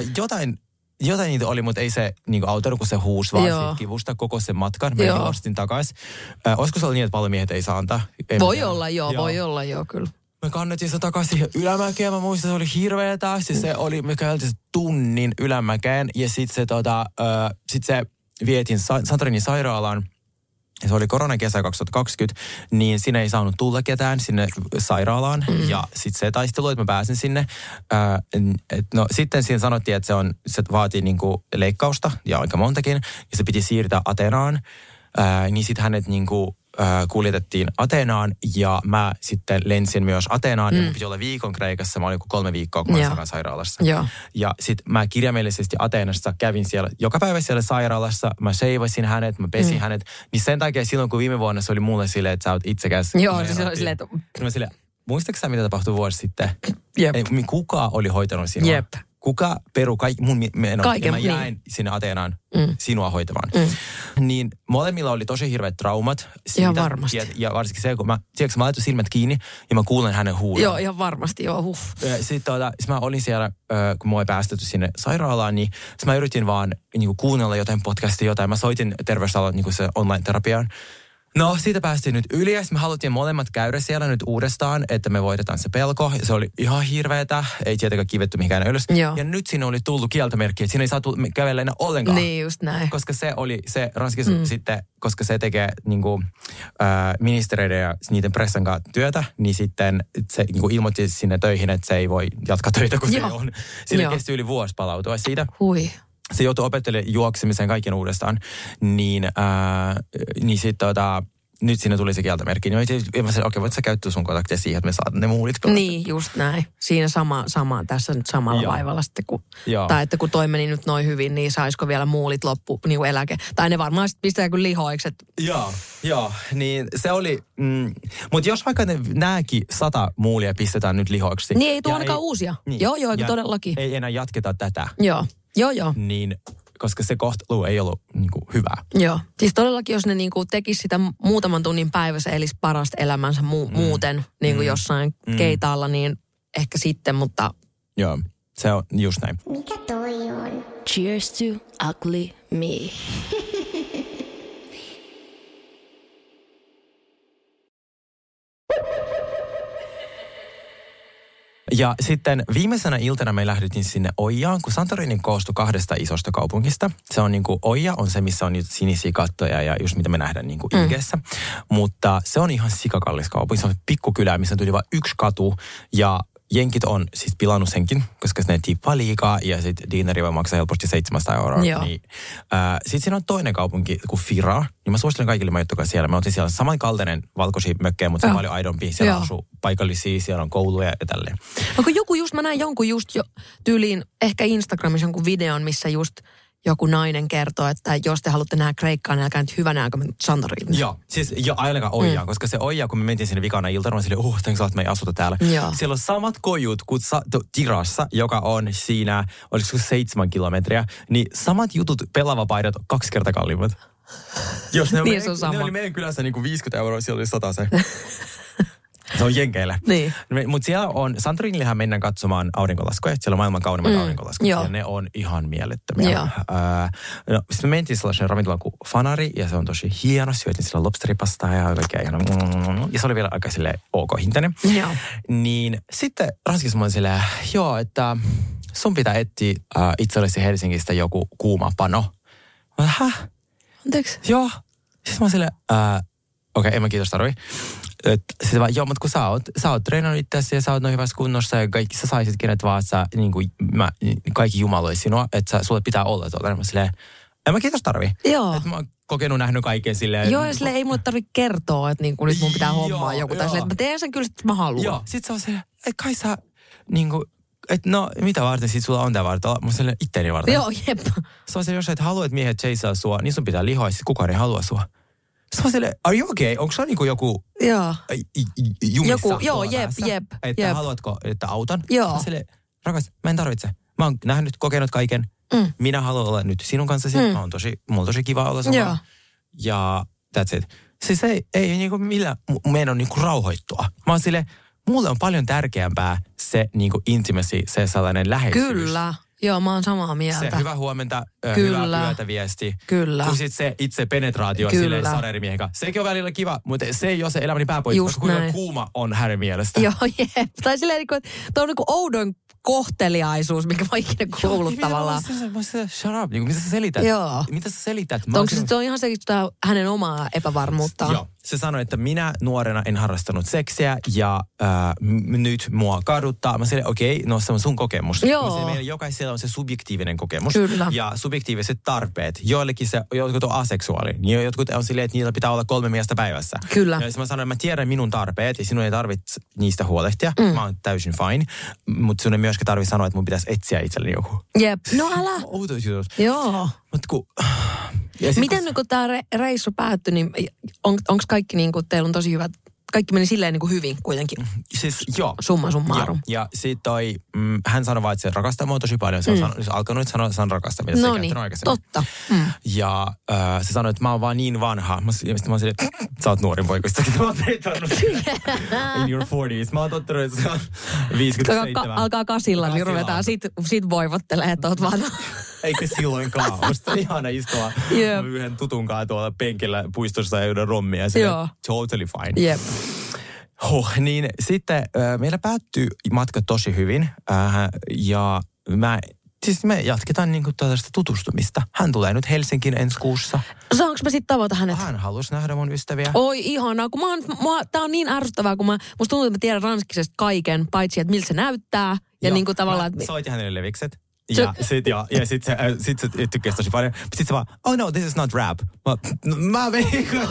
B: Jotain niitä oli, mutta ei se niin kuin auttanut, kun se huusi vaan siitä kivusta koko sen matkan. Mä juostin takaisin. Olisiko se ollut niin, että palomiehet ei saa antaa?
C: Voi olla, joo, kyllä.
B: Me kannettiin se takaisin ylämäkeen. Mä muistan, se oli hirveetä. Siis me käytiin tunnin ylämäkeen ja sitten se vietiin Santorinin sairaalaan. Se oli koronakesä 2020, niin sinne ei saanut tulla ketään sinne sairaalaan. Ja sitten se taistelu, että mä pääsin sinne. Sitten siinä sanottiin, että se vaatii niinku leikkausta ja aika montakin. Ja se piti siirtää Ateenaan. Niin sitten hänet niinku kuljetettiin Ateenaan ja mä sitten lensin myös Ateenaan. Ja mun piti olla viikon Kreikassa. Mä olin 3 viikkoa, kun mä olin sairaalassa. Ja sitten mä kirjaimellisesti Ateenassa kävin siellä joka päivä siellä sairaalassa. Mä seivasin hänet, mä pesin hänet. Niin sen takia silloin, kun viime vuonna se oli mulle silleen, että sä oot itsekäs.
C: Joo, siis se oli silleen, että...
B: Muistatko sä, mitä tapahtui vuosi sitten?
C: Jep.
B: Kuka oli hoitanut sinua?
C: Jep.
B: Kuka peru mun menot?
C: Kaiken,
B: mä jäin sinne Ateenaan sinua hoitamaan. Niin molemmilla oli tosi hirveät traumat. Siitä,
C: ihan varmasti.
B: Ja varsinkin se, kun mä laitoin silmät kiinni ja mä kuulen hänen huudon.
C: Joo, ihan varmasti, joo.
B: Sitten mä olin siellä, kun mua ei päästetty sinne sairaalaan, niin mä yritin vaan niin kuunnella jotain podcastia, jotain. Mä soitin terveystalon niin se online-terapiaan. No, siitä päästiin nyt yli ja me haluttiin molemmat käydä siellä nyt uudestaan, että me voitetaan se pelko. Se oli ihan hirveetä, ei tietenkään kivetty mihinkään ylös.
C: Joo.
B: Ja nyt siinä oli tullut kieltomerkki, että siinä ei saa kävellä enää ollenkaan.
C: Niin, just näin.
B: Koska se oli se Ranskissa sitten, koska se tekee niinku, ministereiden ja niiden pressan kanssa työtä, niin sitten se niinku ilmoitti sinne töihin, että se ei voi jatkaa töitä, kun se on. Sillä kesti yli vuosi palautua siitä.
C: Hui.
B: Se joutui opettelemaan juoksemiseen kaiken uudestaan, niin sitten nyt siinä tuli se kieltomerkki. Niin mä sanoin, okei, voit sä käyttää sun kontaktia siihen, että me saadaan ne muulit pelastettua.
C: Niin, just näin. Siinä sama tässä nyt samalla vaivalla sitten, tai että kun toi meni nyt noin hyvin, niin saisiko vielä muulit loppu, niin kuin eläke. Tai ne varmaan sitten pistää kyllä lihoiksi.
B: Joo, niin se oli, mutta jos vaikka nääkin 100 muulia pistetään nyt lihoiksi.
C: Niin ei tule ainakaan uusia. Niin, joo, todellakin.
B: Ei enää jatketa tätä.
C: Joo.
B: Niin, koska se kohtelu ei ollut niinku hyvää.
C: Joo. Siis todellakin, jos ne niinku tekisi sitä muutaman tunnin päivässä, elisi parasta elämänsä muuten niinku jossain keitaalla, niin ehkä sitten, mutta...
B: Joo, se on just näin.
D: Mikä toi on?
E: Cheers to ugly me.
B: Ja sitten viimeisenä iltana me lähdettiin sinne Oijaan, kun Santorini koostui 2 isosta kaupungista. Se on niinku, Oija on se, missä on nyt sinisiä kattoja ja just mitä me nähdään niinku IG:ssä. Mutta se on ihan sikakallis kaupunki. Se on pikkukylä, missä tuli vain 1 katu ja jenkit on siis pilannut senkin, koska ne tippaa liikaa ja sitten diineri voi maksaa helposti 700 €. Niin, sitten siinä on toinen kaupunki kuin Fira, niin mä suosittelen kaikille majoittukaa siellä. Me oltiin siellä samankaltainen valkoisia mökkejä, mutta se on paljon aidompi. Siellä asuu paikallisia, siellä on kouluja ja tälleen.
C: Onko joku just, mä näin jonkun just jo tyyliin, ehkä Instagramissa jonkun videon, missä just joku nainen kertoo, että jos te haluatte nähdä Kreikkaa, niin älkää nyt hyvänä aika mennä Santorille.
B: Joo, siis ainakaan Oijaan, koska se Oija, kun me mentiin sinne vikana iltana, mä silleen, thanks että me ei asuta täällä.
C: Joo.
B: Siellä on samat kojut kuin Tirassa, joka on siinä, olisiko 7 kilometriä, niin samat jutut, pelavapaidat, 2 kertaa kalliimmat. Jos ne,
C: niin se on
B: ne oli meidän kylässä niin kuin 50 €, siellä oli 100 se. Se on jenkeillä.
C: Niin.
B: Mutta siellä on, Santorinillehän mennään katsomaan aurinkolaskuja. Siellä on maailman kaunimmat aurinkolaskuja. Ja ne on ihan mielettömiä. Sitten me mentiin sellaisen ravintolaan kuin Fanari, ja se on tosi hieno. Syötin sillä lobsteripastaa ja kaikkea ihana. Ja se oli vielä aika silleen ok-hintainen. Niin sitten Ranskissa mä olin silleen, että sun pitää etsiä itsellesi Helsingistä joku kuuma pano. Mä olin,
C: Anteeksi?
B: Joo. Siis mä olin silleen, okei, en mä kiitos tarvii. Sitten vaan, mutta kun sä oot treenannut itseäsi ja sä oot noin hyvässä kunnossa ja kaikki sä saisitkin, että vaan sä, kaikki jumaloi sinua, että sulle pitää olla tuolla. Mä silleen, en mä kiitos tarvii.
C: Joo.
B: Että mä oon kokenut, nähnyt kaiken silleen.
C: Joo, ja silleen ei mulle tarvitse kertoa, että niinku nyt mun pitää hommaa joku. Tai silleen, että mä teen sen kyllä, että mä haluan.
B: Joo, sit se on silleen, että kai sä niinku, että no mitä varten sit sulla on tää varten. Mä silleen itteeni varten.
C: Joo, jep.
B: Se on silleen, jos sä et halua, että miehet chaseaa sua, niin sun pitää lihoa ja sit kukaan ei halua sua. Se on silleen, are you okay? Onko se niinku joku jumissa
C: jep.
B: Että haluatko, että autan?
C: Joo.
B: Se on silleen, rakas, mä en tarvitse. Mä oon nähnyt, kokenut kaiken. Minä haluan olla nyt sinun kanssasi. Mulla on tosi kiva olla sama. Ja that's it. Siis ei niinku millään, meidän on niinku rauhoittua. Mä oon silleen, mulle on paljon tärkeämpää se niinku intimacy, se sellainen läheisyys.
C: Kyllä. Joo, mä oon samaa mieltä.
B: Se hyvä huomenta, hyvää yötä viesti.
C: Kyllä.
B: Kun sit se itse penetraatio silleen sareerimiehen kanssa. Sekin on välillä kiva, mutta se ei ole se elämäni pääpointti, koska kuinka kuuma on hänen mielestä.
C: Joo, jep. Tai silleen, että tuo on niinku oudoin kohteliaisuus, mikä mä ikinä kuullut tavallaan.
B: Shut up, mitä sä selität?
C: Joo.
B: Mitä sä selität?
C: Onko se on ihan se hänen omaa epävarmuuttaan?
B: Joo. Se sanoi, että minä nuorena en harrastanut seksiä ja nyt mua kaduttaa. Mä sanoin, okei, no se on sun kokemus.
C: Joo.
B: Meillä jokaisella on se subjektiivinen kokemus.
C: Kyllä.
B: Ja subjektiiviset tarpeet. Joillekin jotkut on aseksuaali. Jotkut on silleen, että niillä pitää olla 3 miestä päivässä.
C: Kyllä.
B: Ja mä sanoin, että mä tiedän minun tarpeet ja sinun ei tarvitse niistä huolehtia. Mä oon täysin fine. Mutta sun ei myöskään tarvitse sanoa, että mun pitäisi etsiä itselleni joku.
C: Jep. No älä. Joo.
B: Mut kun...
C: Miten kun tämä reissu päättyi, niin onko kaikki niin kuin, teillä on tosi hyvät, kaikki meni silleen niin kuin hyvin kuitenkin?
B: Siis joo.
C: Summa summarum.
B: Ja sitten hän sanoi vaan, että se rakastaa mua tosi paljon. Se on alkanut sanoa sanan rakastaa, mitä se ei käyttänyt aikaisemmin.
C: Totta.
B: Ja se sanoi, että mä oon vaan niin vanha. Mä oon silleen, että sä oot nuorin poikusta. Mä oon tottunut in your 40s. Mä oon tottunut, että sä on 57.
C: Alkaa kasilla, niin ruvetaan sit voivottelee, että oot vanha.
B: Eikä silloinkaan. Musta on ihana istua yhden tutunkaan tuolla penkillä puistossa ja yhden rommia. Totally fine.
C: Jep.
B: Niin sitten meillä päättyi matka tosi hyvin. Ja me jatketaan niinku tällaista tutustumista. Hän tulee nyt Helsinkiin ensi kuussa.
C: Saanko mä sitten tavata hänet?
B: Hän halusi nähdä mun ystäviä.
C: Oi ihanaa, kun tää on niin ärsyttävää, kun musta tuntuu, että mä tiedän ranskisesta kaiken, paitsi että miltä se näyttää. Ja niinku tavallaan...
B: Soitin hänelle levikset. Ja sit se tykkäsi tosi paljon. Sitten se vaan, oh no, this is not rap. Mä veikkaan,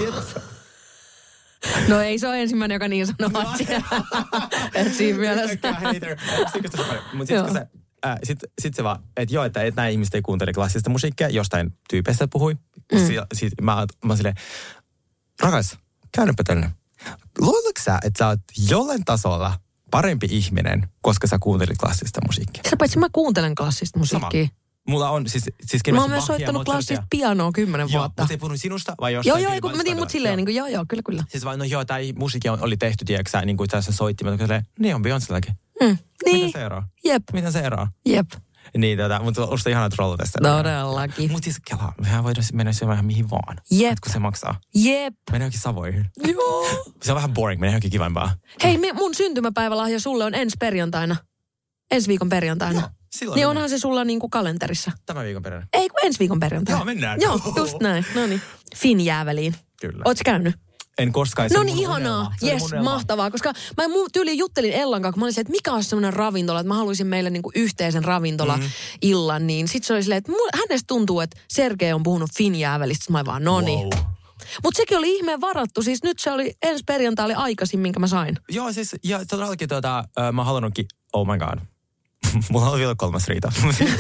C: No ei se ole ensimmäinen, joka niin sanoo. Että siinä mielessä.
B: Mutta sitten se vaan, että joo, että nämä ihmiset ei kuuntele klassista musiikkia, jostain tyypeistä puhui. Mä silleen, rakas, käynnäpä tänne. Luuletko sä, että sä oot jollain tasolla parempi ihminen, koska sä kuuntelit klassista musiikkia?
C: Sitä paitsi mä kuuntelen klassista musiikkia.
B: Sama. Mulla on siis
C: mä oon myös soittanut klassista pianoa 10 vuotta.
B: Joo, mutta ei puhunut sinusta vai jostain?
C: Joo, kun mä tiedän, mutta silleen, niin joo, kyllä.
B: Siis vaan, no joo, tää musiikki oli tehty, tiedätkö niin kuin tässä soittimet, niin on Beyoncéllakin.
C: Niin.
B: Miten se eroaa?
C: Jep.
B: Miten se eroaa?
C: Jep.
B: Niin, mutta olisi ihana trolla tästä.
C: Todellakin.
B: Mutta siis kelaa, mehän voidaan mennä syömään mihin vaan.
C: Jep.
B: Kun se maksaa.
C: Jep.
B: Mennään johonkin Savoihin.
C: Joo.
B: Se on vähän boring, mennään johonkin kivampaa.
C: Hei, mun syntymäpäivälahja sulle on ensi viikon perjantaina.
B: Joo, silloin
C: niin onhan se sulla niinku kalenterissa.
B: Tämän viikon perjantaina.
C: Ei, kun ensi viikon perjantaina.
B: Joo, mennään.
C: Joo, just näin. No niin. Finjääveliin.
B: Kyllä.
C: Ootko käynyt?
B: En koskaan.
C: No niin, ihanaa. Jes, mahtavaa. Koska mä tyyliin juttelin Ellan kanssa, kun mä olin silleen, että mikä olisi semmoinen ravintola, että mä haluaisin meille niinku yhteisen ravintola-illan. Niin sit se oli silleen, että hänestä tuntuu, että Sergei on puhunut Finjäävelistä. Mä vaan, no niin. Wow. Mutta sekin oli ihmeen varattu. Siis nyt se oli, ensi perjantai oli aikaisin, minkä mä sain.
B: Joo, siis, ja todellakin mä halunnutkin, oh my god. Mulla on vielä 3 riita.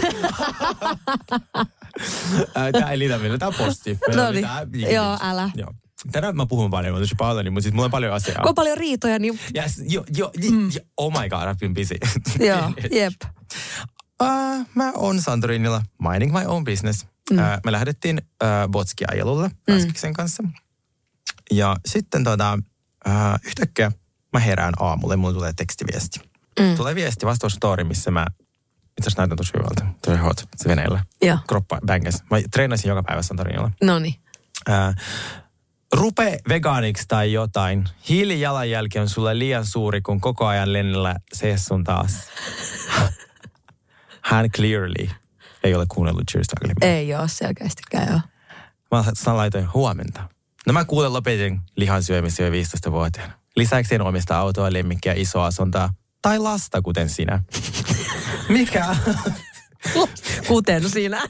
B: Tää ei liitä vielä, tää on posti.
C: No niin, joo, älä.
B: Joo. Tänään mä puhun paljon, tosi paljon, mutta siis mulla on paljon asiaa.
C: Kun on paljon riitoja, niin...
B: Yes, oh my god, I've been busy.
C: Joo, jep.
B: Mä oon Santorinilla, minding my own business. Me lähdettiin Botski-ajelulle Raspiksen kanssa. Ja sitten yhtäkkiä mä herään aamulle, mulle tulee tekstiviesti. Tulee viesti vastausstory, missä mä itse asiassa näytän tosi hyvältä. Tosi hot, se veneellä.
C: Joo.
B: Kroppa bänges. Mä treenasin joka päivä Santorinilla.
C: Noniin.
B: Rupe vegaaniksi tai jotain. Hiilijalanjälki on sulle liian suuri, kun koko ajan lennellä sees sun taas. Hän clearly ei ole kuunnellut Cheers to Ugly Me.
C: Ei ole selkeästikään, joo.
B: Mä laitoin huomenta. No mä kuulen lopetin lihan syömistä jo 15-vuotiaana. Lisäksi en omista autoa, lemmikkiä, isoa asuntoa tai lasta, kuten sinä. Mikä?
C: Kuten sinä.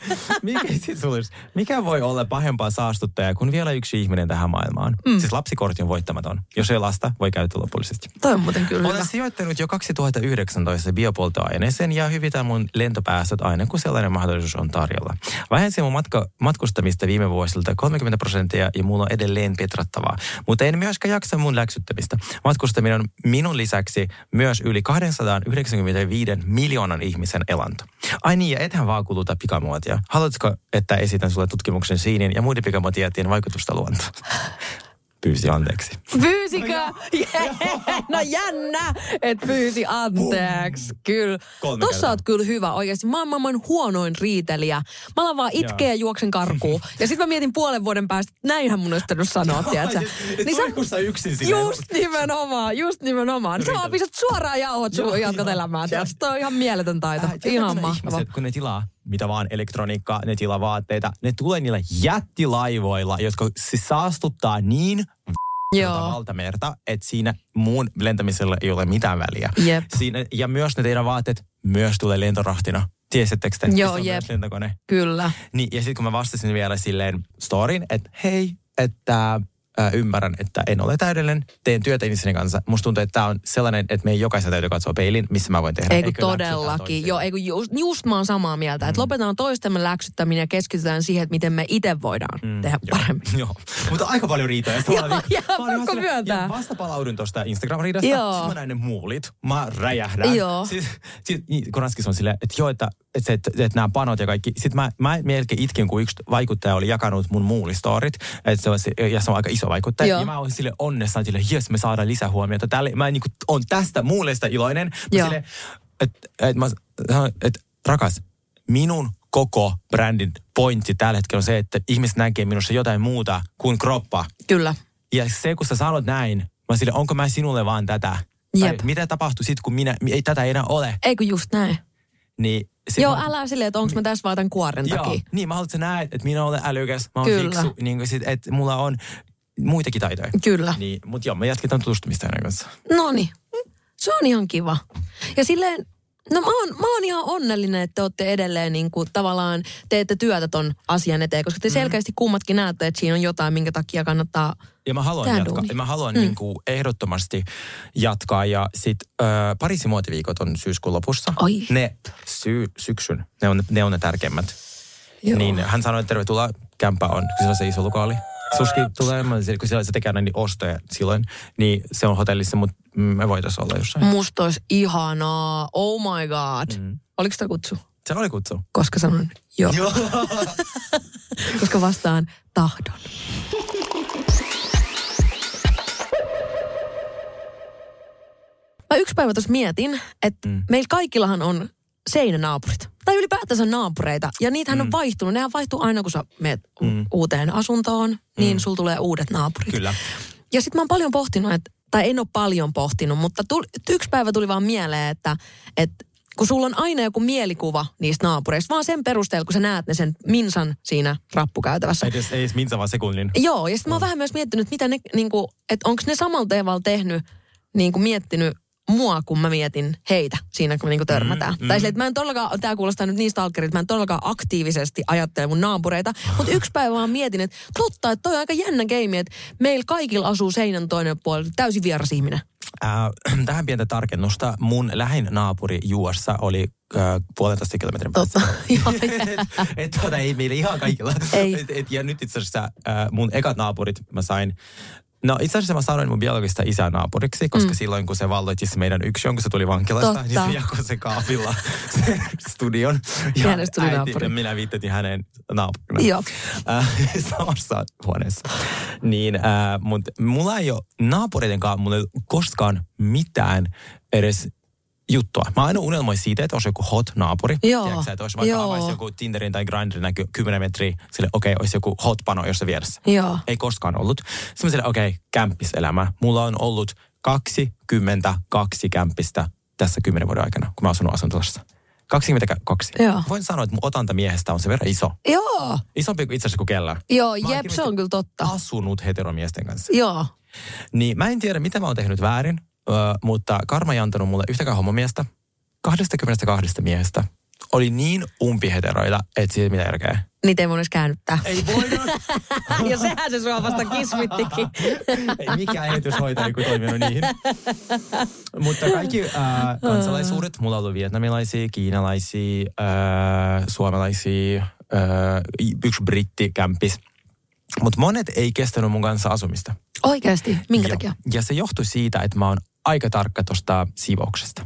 B: Mikä voi olla pahempaa saastuttajaa kuin vielä yksi ihminen tähän maailmaan? Siis lapsikortti on voittamaton. Jos ei lasta, voi käyttää lopullisesti.
C: Toi on muuten kyllä
B: Olen sijoittanut jo 2019 biopolttoaineeseen ja hyvitän mun lentopäästöt aina, kun sellainen mahdollisuus on tarjolla. Vähensin mun matkustamista viime vuosilta 30% ja mulla on edelleen petrattavaa. Mutta en myöskään jaksa mun läksyttämistä. Matkustaminen on minun lisäksi myös yli 295 miljoonan ihmisen elanto. Ai niin, ja ethän vaan kuluta pikamuotia. Haluatko, että esitän sulle tutkimuksen siinin ja muiden pikamuotijätien vaikutusta luontoon? Pyysi anteeksi.
C: Pyysikö? No jännä, että pyysi anteeksi. Kyllä. Tossa oot kyllä hyvä oikeasti. Mä oon maailman huonoin riitelijä. Mä alan vaan itkeä ja juoksen karkuun. Ja sit mä mietin 5 vuoden päästä, näinhän mun olisi pitänyt sanoa, tiedätkö?
B: Niin sä yksin silleen.
C: Just nimenomaan. Sä vaan pistät suoraan jauhot sun jatkat elämää, tiedätkö? Toi on ihan mieletön taito. Ihan mahtava.
B: Ihmiset, kun ne tilaa mitä vaan elektroniikkaa, ne tilaa vaatteita, ne tulee niillä jättilaivoilla, jotka siis saastuttaa niin valtamerta, että siinä muun lentämisellä ei ole mitään väliä.
C: Jep.
B: Siinä, ja myös ne teidän vaatteet myös tulee lentorahtina. Tiesittekö te?
C: Joo, jep.
B: Lentokone.
C: Kyllä.
B: Niin, ja sitten kun mä vastasin vielä silleen storyin, että hei, että ymmärrän, että en ole täydellinen, teen työtä ihmisen kanssa. Musta tuntuu, että tämä on sellainen, että meidän jokaisen täytyy katsoa peilin, missä mä voin tehdä.
C: Ei kun todellakin. Joo, ei kun just mä oon samaa mieltä. Että lopetetaan toistemme läksyttäminen ja keskitytään siihen, että miten me itse voidaan tehdä paremmin.
B: Joo, mutta aika paljon riitoja.
C: Pakko myöntää.
B: Ja vasta palaudun tuosta Instagram-riidasta. Sitten mä näin ne muulit. Mä räjähdän.
C: Joo.
B: Siis, kun Raskis on silleen, että joo, että nämä panot ja kaikki. Sitten mä melkein itkin, kun yksi vaikuttaja oli jakanut mun muulistorit. Ja se on aika iso vaikuttaja. Joo. Ja mä olin sille onnessaan sille, jes, me saadaan lisähuomiota. Mä niin kuin on tästä muulista iloinen. Että rakas, minun koko brändin pointti tällä hetkellä on se, että ihmiset näkee minussa jotain muuta kuin kroppa.
C: Kyllä.
B: Ja se, kun sä sanot näin, mä sille, onko mä sinulle vaan tätä? Tai mitä tapahtuu sitten, kun ei tätä enää ole?
C: Ei kun just näin.
B: Niin,
C: joo, älä silleen, että onko mä tässä vaan tämän kuoren takia.
B: Joo, niin mä haluan, että sä näet, että minä olen älykäs, mä oon fiksu, niin kuin sit, että mulla on muitakin taitoja.
C: Kyllä.
B: Niin, mutta joo, me jatketaan tutustumista hänen kanssa.
C: Noniin, se on ihan kiva. Ja silleen, no mä oon ihan onnellinen, että te ootte edelleen niin kuin tavallaan teette työtä ton asian eteen, koska te selkeästi kummatkin näette, että siinä on jotain, minkä takia kannattaa. Ja mä haluan
B: jatkaa. Mä haluan niin kuin ehdottomasti jatkaa. Ja sit Pariisin muotiviikot on syyskuun lopussa.
C: Oi.
B: Ne syksyn, ne on ne tärkeimmät.
C: Joo.
B: Niin hän sanoi, että tervetuloa, kämppä on, kun siellä on se iso lokaali. Suski tulee, kun siellä se tekee näin ostoja silloin, niin se on hotellissa, mutta me voitaisiin olla jossain.
C: Musta olisi ihanaa. Oh my god. Oliko sitä kutsu?
B: Se oli kutsu.
C: Koska sanoin joo. Koska vastaan tahdon. Mä yksi päivä tuossa mietin, että meillä kaikillahan on seinänaapurit. Tai ylipäätänsä naapureita. Ja niitähän on vaihtunut. Nehän vaihtuu aina, kun sä menet uuteen asuntoon, niin sulla tulee uudet naapurit.
B: Kyllä.
C: Ja sit mä oon paljon pohtinut, tai en ole paljon pohtinut, mutta yksi päivä tuli vaan mieleen, että kun sulla on aina joku mielikuva niistä naapureista, vaan sen perusteella, kun sä näet ne sen minsan siinä rappukäytävässä.
B: Ei edes minsa, vaan sekunnin.
C: Joo, ja sitten mä oon vähän myös miettinyt, että mitä ne, niinku, että onko ne samalla tavalla tehnyt, niinku miettinyt mua, kun mä mietin heitä siinä, kun me niinku törmätään. Tai silleen, että mä en todellakaan, tää kuulostaa nyt niin stalkerilta, mä en todellakaan aktiivisesti ajattele mun naapureita, mutta yksi päivä vaan mietin, että totta, että toi on aika jännä game, että meillä kaikilla asuu seinän toinen puolella, täysin vieras ihminen.
B: Tähän pientä tarkennusta. Mun lähin naapuri Juossa oli 1,5 kilometrin päässä. Totta. Ei meillä ihan kaikilla.
C: Ei.
B: Ja nyt itse asiassa mun ekat naapurit mä sain. No itse asiassa mä sanoin mun biologista isää naapuriksi, koska silloin kun se valloitti se meidän yksiön, kun se tuli vankilasta, niin se jakoi se kaapilla se studion. Ja
C: hänestä tuli naapuri.
B: Minä viittatin hänen naapurina.
C: Joo.
B: Samassa huoneessa. Niin, mutta mulla ei ole naapureiden kanssa, mulla ei ole koskaan mitään edes juttua. Mä aina unelmoin siitä, että olisi joku hot naapuri.
C: Joo.
B: Tiedätkö, että olisi vaikka avaisi joku Tinderin tai Grindrin näkyy 10 metriä, sille olisi joku hot pano jossain vieressä.
C: Joo.
B: Ei koskaan ollut. Sitten kämppiselämä. Mulla on ollut 22 kämppistä tässä 10 vuoden aikana, kun mä oon asunut asuntolassa. 22.
C: Joo.
B: Voin sanoa, että mun otanta miehestä on sen verran iso.
C: Joo.
B: Isompi kuin itse asiassa kuin kellään.
C: Joo, jep, se on kyllä totta.
B: Asunut heteromiesten kanssa.
C: Joo.
B: Niin mä en tiedä, mitä mä oon tehnyt väärin, mutta karma ei antanut mulle yhtäkään homomiestä. 22 miehestä oli niin umpiheteroita, että siitä mitä järkeä.
C: Niitä ei voinut edes käännyttää.
B: Ei voinut.
C: Ja sehän se sua vasta kismittikin.
B: Ei mikään ehityshoitaja kuin toiminut niihin. Mutta kaikki kansalaisuudet, mulla on ollut vietnamilaisia, kiinalaisia, suomalaisia, yksi brittikämpis. Mutta monet ei kestänyt mun kanssa asumista.
C: Oikeasti? Minkä takia?
B: Ja se johtui siitä, että mä oon aika tarkka tuosta siivouksesta.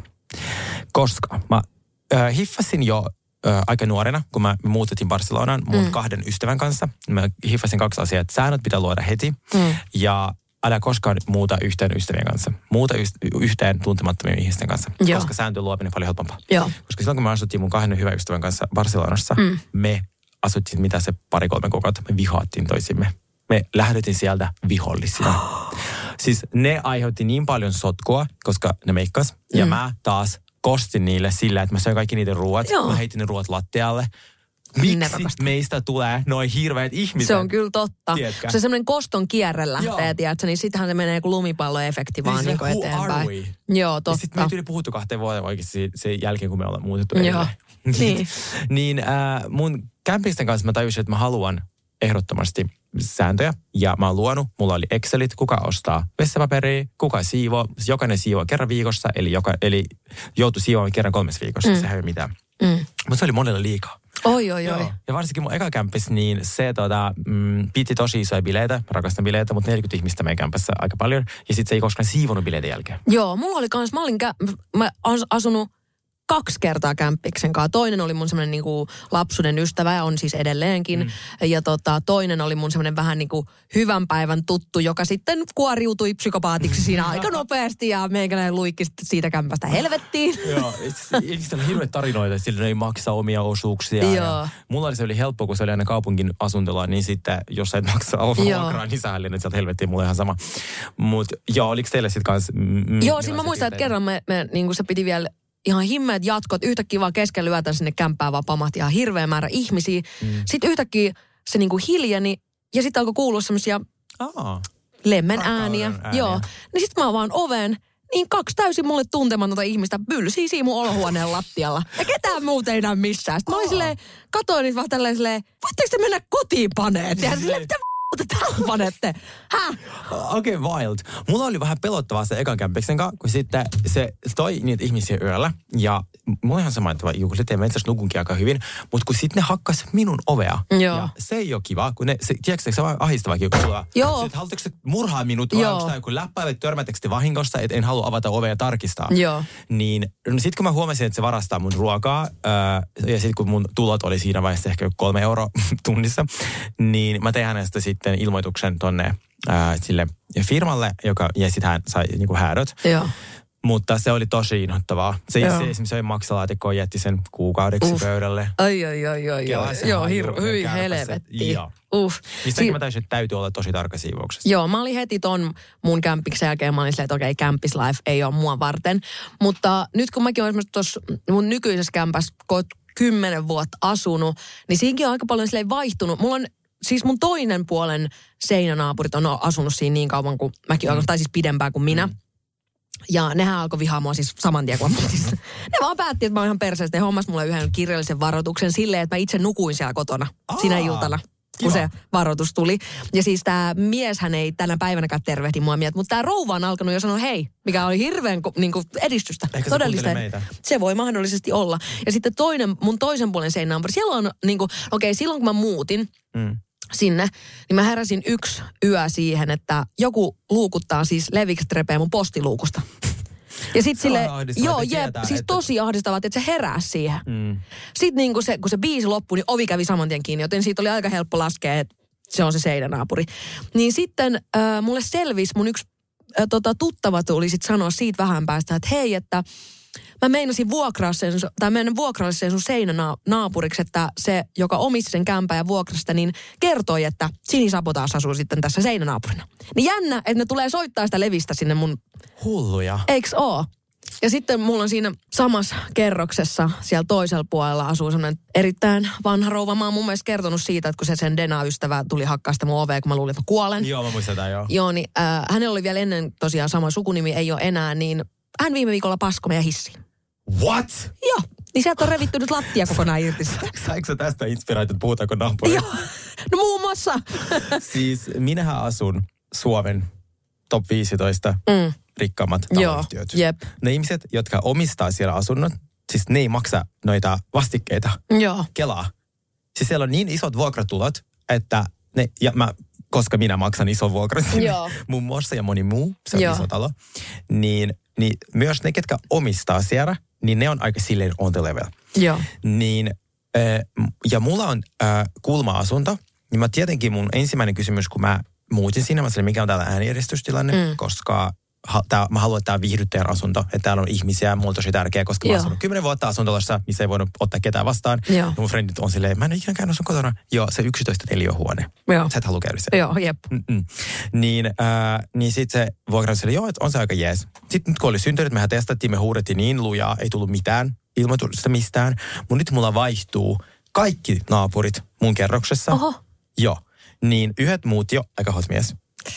B: Koska mä hiffasin jo aika nuorena, kun me muutettiin Barcelonaan mun 2 ystävän kanssa. Mä hiffasin 2 asiaa, että säännöt pitää luoda heti. Ja älä koskaan muuta yhteen ystävien kanssa. Muuta yhteen tuntemattomien ihmisten kanssa.
C: Joo.
B: Koska sääntöjen luominen on paljon helpompaa.
C: Joo.
B: Koska silloin kun me asuttiin mun 2 hyvän ystävän kanssa Barcelonassa, me asuttiin mitä se 2-3 kuukautta. Me vihaattiin toisimme. Me lähdettiin sieltä vihollisina. Siis ne aiheutti niin paljon sotkua, koska ne meikkas. Ja mä taas kostin niille sillä, että mä söin kaikki niiden ruuat.
C: Joo.
B: Mä heitin ne ruuat lattialle. Miksi meistä tulee noin hirveät ihmiset?
C: Se on kyllä totta.
B: Tiedätkö?
C: Se semmoinen koston kierre lähtee, tiedätkö, niin sittenhän se menee kuin lumipalloefekti vaan niin kuin eteenpäin. Joo, totta.
B: Ja sitten me ei tyyli puhuttu 2 vuotta oikeasti sen jälkeen, kun me ollaan muutettu
C: Joo.
B: edelleen. Niin mun kämpisten kanssa mä tajusin, että mä haluan ehdottomasti sääntöjä. Ja mä oon luonut, mulla oli Excelit, kuka ostaa vessapaperia, kuka siivoo. Jokainen siivoo kerran viikossa, eli joutui siivoamaan kerran 3 viikossa. Sehän ei ole mitään. Mutta se oli monelle liikaa.
C: Oi.
B: Ja varsinkin mun eka kämppis, niin se piti tosi isoja bileitä. Rakastan bileitä, mutta 40 ihmistä meidän kämpässä aika paljon. Ja sitten se ei koskaan siivonut bileiden jälkeen.
C: Joo, mulla oli kans, mä asunut 2 kertaa kämppiksen kanssa. Toinen oli mun semmoinen niinku lapsuuden ystävä ja on siis edelleenkin. Ja toinen oli mun semmoinen vähän niinku hyvän päivän tuttu, joka sitten kuoriutui psykopaatiksi siinä aika nopeasti ja meikäläinen luikki siitä kämpästä helvettiin.
B: Joo, ihmiset on hirveät tarinoita, että sillä ei maksa omia osuuksia.
C: Joo.
B: Mulla se oli helppo, kun se oli aina kaupungin asuntola, niin sitten jos sä et maksaa vuokraa, niin sä hällin, että sieltä helvettiin mulle ihan sama. Mutta joo, oliko teille sitten kanssa?
C: Joo, siis mä muistan, että kerran me niinku se piti vielä ihan himmeät jatkot, yhtäkkiä vaan keskellä yötä sinne kämppään vaan pamahti ihan hirveä määrä ihmisiä. Sitten yhtäkkiä se niinku hiljeni ja sitten alkoi kuulua semmoisia lemmen ääniä. Joo. Niin sitten mä vaan oven, niin 2 täysin mulle tuntematonta ihmistä bylsii siinä mun olohuoneen lattialla. Ja ketään muuta ei näy missään. Sitten mä olin silleen, katoin niitä vaan tälleen silleen, voitteko te mennä kotiin paneet? Ja silleen, mitä täällä panette? Häh?
B: Okei, wild. Mulla oli vähän pelottavaa se ekan kämpiksen kanssa, kun sitten se toi niitä ihmisiä yöllä. Ja mulla ihan sama, että joku se teemme itse asiassa nukunkin aika hyvin. Mutta kun sitten ne hakkas minun ovea.
C: Joo.
B: Ja se ei ole kiva, kun ne, tiedätkö, se on ahdistavakin, kun sulla.
C: Joo.
B: Sitten haluatteko se murhaa minut, vai onko tämä joku läppäivä, törmättekö te vahingossa, että en halua avata ovea ja tarkistaa.
C: Joo.
B: Niin sitten kun mä huomasin, että se varastaa mun ruokaa, ja sitten kun mun tulot oli siinä vaiheessa ehkä 3 € tunnissa, niin mä tein hänestä sitten ilmoituksen tonne sille firmalle, ja sitten hän sai niinku häädöt.
C: Joo.
B: Mutta se oli tosi inhottavaa. Se esimerkiksi söi maksalaatikkoon, jätti sen kuukaudeksi pöydälle.
C: Ai. Joo, hyi helvetti.
B: Joo. Mistä mä taisin, että täytyy olla tosi tarkka siivouksessa.
C: Joo, mä olin heti ton mun kämpiksen jälkeen, mä olin silleen, että okei, campus life ei ole mua varten. Mutta nyt kun mäkin olen esimerkiksi tuossa mun nykyisessä kämpässä 10 vuotta asunut, niin siinäkin on aika paljon silleen vaihtunut. Mulla on siis mun toinen puolen seinänaapurit on asunut siinä niin kauan kuin mäkin olen, tai siis pidempään kuin minä. Ja nehän alkoi vihaa mua siis saman tien, kun ne vaan päätti, että mä oon ihan perseestä. Ne hommas mulle yhden kirjallisen varoituksen silleen, että mä itse nukuin siellä kotona sinä iltana, kun se varoitus tuli. Ja siis tää mieshän ei tänä päivänäkään tervehdi mua mieltä, mutta tää rouva on alkanut jo sanoa hei, mikä oli hirveän edistystä.
B: Ehkä
C: todellista.
B: Se
C: voi mahdollisesti olla. Ja sitten mun toisen puolen seinänaapuri, siellä on silloin kun mä muutin, sinne, niin mä heräsin yksi yö siihen, että joku luukuttaa siis levikset repeä mun postiluukusta. Ja sit sille, siis tosi ahdistavaa, että se herää siihen. Sitten kun se biisi loppui, niin ovi kävi saman tien kiinni, joten siitä oli aika helppo laskea, että se on se seinänaapuri. Niin sitten mulle selvisi, mun yksi tuttava tuli sit sanoa siitä vähän päästä, että hei, että mä meinasin vuokralla sen sun seinänaapuriksi, että se, joka omisti sen kämpää ja vuokrasta, niin kertoi, että Sinisabotaas asuu sitten tässä seinänaapurina. Niin jännä, että ne tulee soittaa sitä levistä sinne mun...
B: Hulluja.
C: Eiks oo? Ja sitten mulla on siinä samassa kerroksessa siellä toisella puolella asuu semmoinen erittäin vanha rouva. Mä oon mun mielestä kertonut siitä, että kun se sen Dena-ystävä tuli hakkaa sitä mun ovea, kun mä luulin, että mä kuolen.
B: Joo, mä muistan, joo.
C: Joo, niin hänellä oli vielä ennen tosiaan sama sukunimi, ei ole enää, niin hän viime viikolla paskoi meidän hissiin.
B: What?
C: Joo. Niin sieltä on revitty nyt lattia kokonaan irti.
B: Saiko sä tästä inspiraatiota, puhutaanko naapurista?
C: Joo. No muun muassa.
B: Siis minähän asun Suomen top 15 rikkaammat taloyhtiöt.
C: Jep.
B: Ne ihmiset, jotka omistaa siellä asunnot, siis ne ei maksa noita vastikkeita.
C: Joo.
B: Kelaa. Siis siellä on niin isot vuokratulot, että koska minä maksan ison vuokrat muun muassa ja moni muu, se on iso talo, niin myös ne, ketkä omistaa siellä, niin ne on aika silleen on the level.
C: Joo.
B: Niin, ja mulla on kulma-asunto, niin mä tietenkin mun ensimmäinen kysymys, kun mä muutin sinne, mä sanoin, mikä on täällä äänijärjestystilanne, koska mä haluan, että tää on viihdyttäjän asunto, että täällä on ihmisiä, mulla on tosi tärkeää, koska mä oon asunut 10 vuotta asuntolossa, missä ei voinut ottaa ketään vastaan. Ja mun frendit on silleen, mä en ole ikinä käynyt sun kotona. Joo, se 11 neliöhuone. Sä et halua käydä siellä.
C: Joo, jep.
B: Niin sit se vuokrasi sille, joo, että on se aika jees. Sitten nyt kun oli syntynyt, mehän testattiin, me huudettiin niin lujaa, ei tullut mitään, ilmoitusta mistään. Mun nyt mulla vaihtuu kaikki naapurit mun kerroksessa.
C: Oho.
B: Joo. Niin yhdet muut jo, aika hot mies.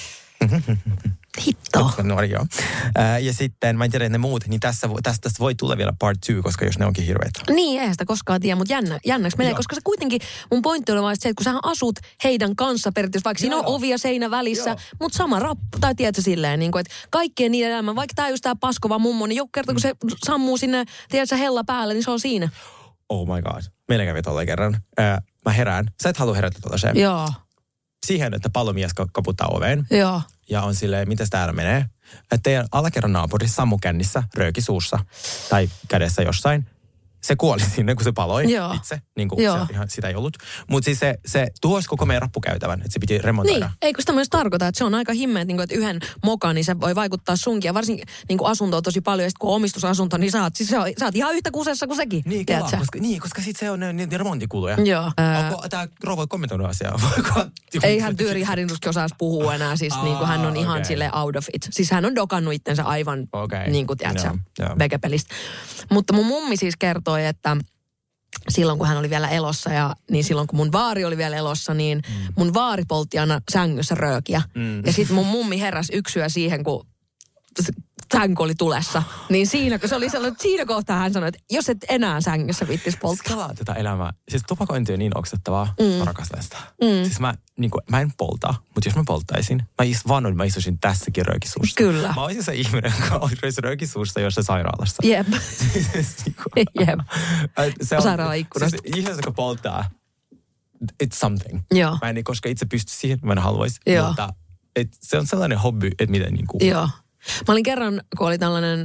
C: Hitto.
B: No, joo. Ja sitten, mä en tiedä, ne muut, niin tästä voi tulla vielä part 2, koska jos ne onkin hirveitä.
C: Niin, eihän sitä koskaan tiedä, mutta jännäksi menee, koska se kuitenkin, mun pointti oli vaan se, että kun sähän asut heidän kanssa periaatteessa, vaikka siinä on ovi ja seinä välissä, mutta sama rappu, tai tiedätkö silleen, niin kuin, että kaikkien niiden elämä, vaikka tää just tää paskova mummo, niin joku kerta, kun se sammuu sinne, tiedätkö, hella päälle, niin se on siinä.
B: Oh my god. Meillä kävi tolleen kerran. Mä herään. Sä et halua herätä tuollaiseen.
C: Joo.
B: Siihen, että palomies kaputtaa oveen.
C: Joo.
B: Ja on silleen, mitäs täällä menee? Että teidän alakerran naapuri sammu kännissä, rööki suussa tai kädessä jossain. Se kuoli sinne, kun se paloi itse. Niin kuin sitä ei ollut. Mutta siis se tuhosi koko meidän rappukäytävän, että se piti remontoida.
C: Niin, eikö sitä myös tarkoita, että se on aika himmeä, että yhden mokan, niin se voi vaikuttaa sunkin. Ja varsinkin niin asuntoa tosi paljon, ja sitten kun on omistusasunto, niin sä oot ihan yhtä kusessa kuin sekin.
B: Niin, koska sitten se on ne remontikuluja.
C: Joo.
B: Onko tämä rouva kommentoinut asiaa?
C: Ei hän Tyyri Hädintuskin osaisi puhua enää, siis niin kuin hän on ihan silleen out of it. Siis hän on dokannut itsensä aivan, niin kuin tiedätkö, vegepelistä. Mutta mun mummi siis kertoi, että silloin kun hän oli vielä elossa niin silloin kun mun vaari oli vielä elossa, niin mun vaari poltti aina sängyssä röökiä. Ja sitten mun mummi heräsi yksyä siihen, kun sänky oli tulessa. Niin siinä, kun se oli sellainen, siinä kohtaa hän sanoi, että jos et enää sängyssä viittis polttaa.
B: Skalaa tätä elämää. Siis tupakointi on niin oksettavaa. Mä rakastan sitä. Siis mä en polta, mutta jos mä polttaisin, mä istuisin tässäkin röökisuussa.
C: Kyllä.
B: Mä olisin se ihminen, joka olisi röökisuussa jossain sairaalassa.
C: Jep. Jep. Sairaala-ikkunasta.
B: Siis ihmiset, joka polttaa, it's something.
C: Joo.
B: Mä en koska itse pysty siihen, mä en haluaisi.
C: Joo.
B: Mutta se on sellainen hobby, että miten niin kuin...
C: Joo. Mä olin kerran, kun oli tällainen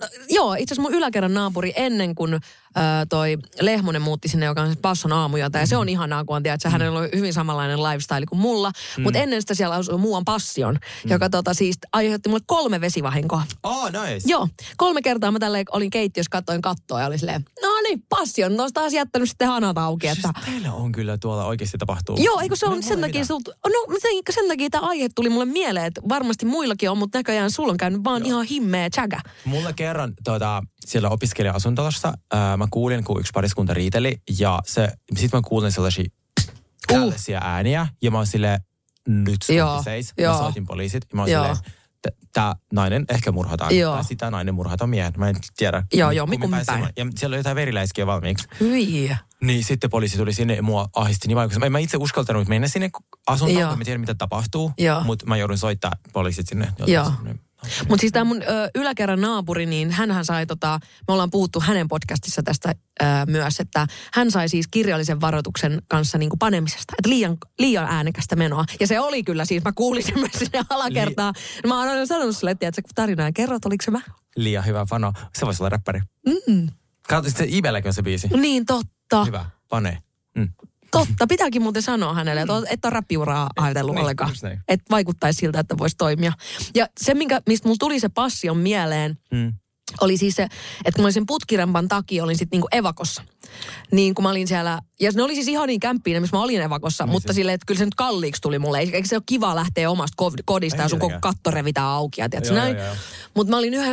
C: Joo, itse asiassa mun yläkerran naapuri ennen kuin toi Lehmonen muutti sinne, joka on siis Basson aamujota. Ja se on ihanaa, kun on tiedä, että hänellä on hyvin samanlainen lifestyle kuin mulla. Mutta ennen sitä siellä asui muuan Passion, joka siis aiheutti mulle 3 vesivahinkoa.
B: Nice.
C: Joo, 3 kertaa mä tälleen olin keittiössä, katsoin kattoa ja oli silleen, no niin, Passion, no taas jättänyt sitten hanat auki. Että...
B: Siis teillä on kyllä tuolla oikeasti tapahtuu.
C: Joo, eikö se on sen takia, sen takia tämä aihe tuli mulle mieleen, että varmasti muillakin on, mutta näköjään sulla on käynyt vaan ihan himmeä tsägä.
B: Mulla kerran siellä opiskelija-asuntolossa mä kuulin, kun yksi pariskunta riiteli ja sit mä kuulin sellaisia tällaisia ääniä ja mä oon silleen, nyt seis. Mä soitin poliisit ja mä oon silleen, tää nainen ehkä murhataan. Tai sitä nainen murhataan miehen. Mä en tiedä.
C: Mikun päin.
B: Ja siellä oli jotain veriläiskiä valmiiksi.
C: Hyi.
B: Niin sitten poliisi tuli sinne ja mua ahisti niin vaikutusta. Mä itse uskaltanut mennä sinne asuntoon, kun mä tiedän mitä tapahtuu. Mutta mä joudun soittaa poliisit sinne.
C: Mutta siis tämä mun yläkerran naapuri, niin hänhän sai me ollaan puhuttu hänen podcastissa tästä myös, että hän sai siis kirjallisen varoituksen kanssa niin kuin panemisesta. Että liian äänekästä menoa. Ja se oli kyllä siis, mä kuulin sen myös sinne alakertaan. Mä oon aina sanonut sille, että tarinaa kerrot, oliko se mä?
B: Liian hyvä fano. Se voisi olla räppäri. Katsoit se Ibelläkin se biisi?
C: Niin, totta.
B: Hyvä, pane.
C: Totta, pitääkin muuten sanoa hänelle, että et ole räppiuraa ajatellut ollenkaan. Että vaikuttaisi siltä, että voisi toimia. Ja se, mistä mulla tuli se Passion mieleen, oli siis se, että kun mä olin sen putkirampan takia, olin sitten niinku evakossa. Niin kun mä olin siellä, ja ne oli siis ihan niin kämppiinä, missä mä olin evakossa, mutta silleen, että kyllä se nyt kalliiksi tuli mulle. Eikö se ole kiva lähteä omasta kodista ja sun koko katto revitään auki ja tiedätkö näin. Mutta mä olin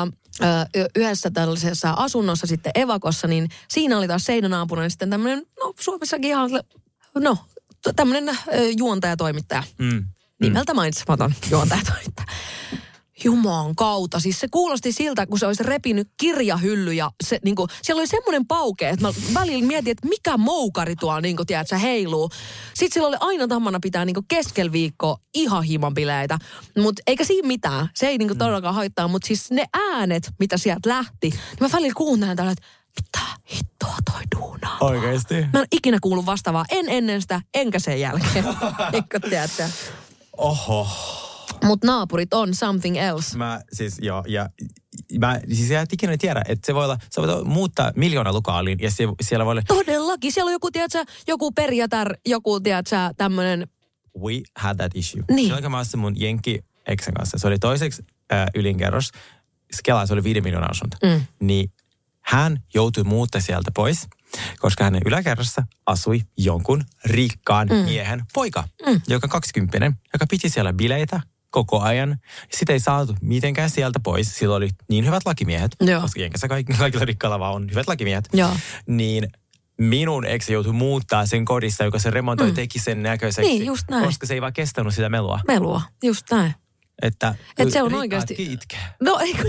C: yhdessä tällaisessa asunnossa sitten evakossa, niin siinä oli taas seinänaapurina sitten tämmöinen, Suomessakin ihan, tämmöinen juontaja-toimittaja. Nimeltä mainitsematon juontaja-toimittaja. Jumalan kautta. Siis se kuulosti siltä, kun se olisi repinyt kirjahylly ja se, niin kuin, siellä oli semmoinen pauke, että mä välillä mietin, että mikä moukari tuolla, niin kuin, tiedätkö, heiluu. Sitten sillä oli aina tammana pitää niin kuin keskellä viikkoa ihan himanbileitä. Mutta eikä siinä mitään. Se ei niin kuin todellakaan haittaa, mutta siis ne äänet, mitä sieltä lähti, niin mä välillä kuuntelen tällä, että mitä hittoa toi duunaa.
B: Oikeesti?
C: Mä en ikinä kuullut vastaavaa. En ennen sitä, enkä sen jälkeen. Eikö tiedätkö?
B: Oho.
C: Mutta naapurit on something else.
B: Mä ikinä tiedä, että se voi muuttaa 1,000,000 lokaaliin ja siellä voi olla...
C: Todellakin. Siellä on joku, tiedätkö, joku perjätär, joku, tiedätkö, tämmönen...
B: We had that issue.
C: Niin.
B: Silloin kun mä asuin mun jenkki-eksen kanssa, se oli toiseksi ylinkerros. Kela, se oli 5 miljoonan asunto. Niin hän joutui muuttaa sieltä pois, koska hänen yläkerrassa asui jonkun rikkaan miehen poika, joka 20, joka piti siellä bileitä koko ajan. Sitä ei saatu mitenkään sieltä pois. Sillä oli niin hyvät lakimiehet, koska Jenkessä kaikilla rikkailla vaan on hyvät lakimiehet. Niin minun eksi joutui muuttaa sen kodissa, joka se remontoi, teki sen näköiseksi.
C: Niin, just näin.
B: Koska se ei vaan kestänyt sitä melua.
C: Melua, just näin.
B: Että
C: se on oikeasti...
B: itkee.
C: No ei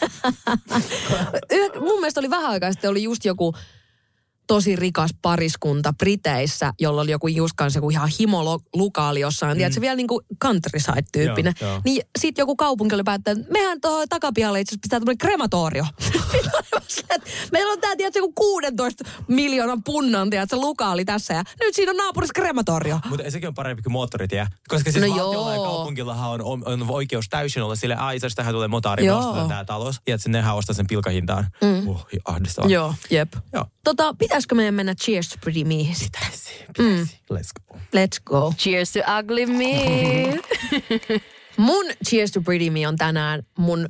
C: mun mielestä oli vähän aikaa sitten, oli just joku tosi rikas pariskunta Briteissä, jolla oli just kanssa joku ihan himolukaali jossain. Tiedätkö, vielä niin kuin countryside-tyyppinen. Niin sit joku kaupunki oli päättänyt, että mehän tuohon takapihalle itse asiassa pistää tämmöinen krematorio. Meillä on tää, tiedätkö, joku 16 miljoonan punnan, tiedätkö, lukaali tässä. Ja nyt siinä on naapurissa krematorio.
B: Mutta sekin on parempi kuin moottoritie. Koska siis valtiolla ja kaupunkillahan on oikeus täysin olla sille, itse asiassa tähän tulee motaari, me ostetaan tää talous. Ja että nehän ostaa sen pilkahintaan. Ahdistavaa.
C: Joo, jep. Joo. Pitäisikö meidän mennä Cheers to Pretty Me?
B: Pitäisi. Let's go.
C: Let's go.
E: Cheers to ugly me.
C: Mun Cheers to Pretty Me on tänään mun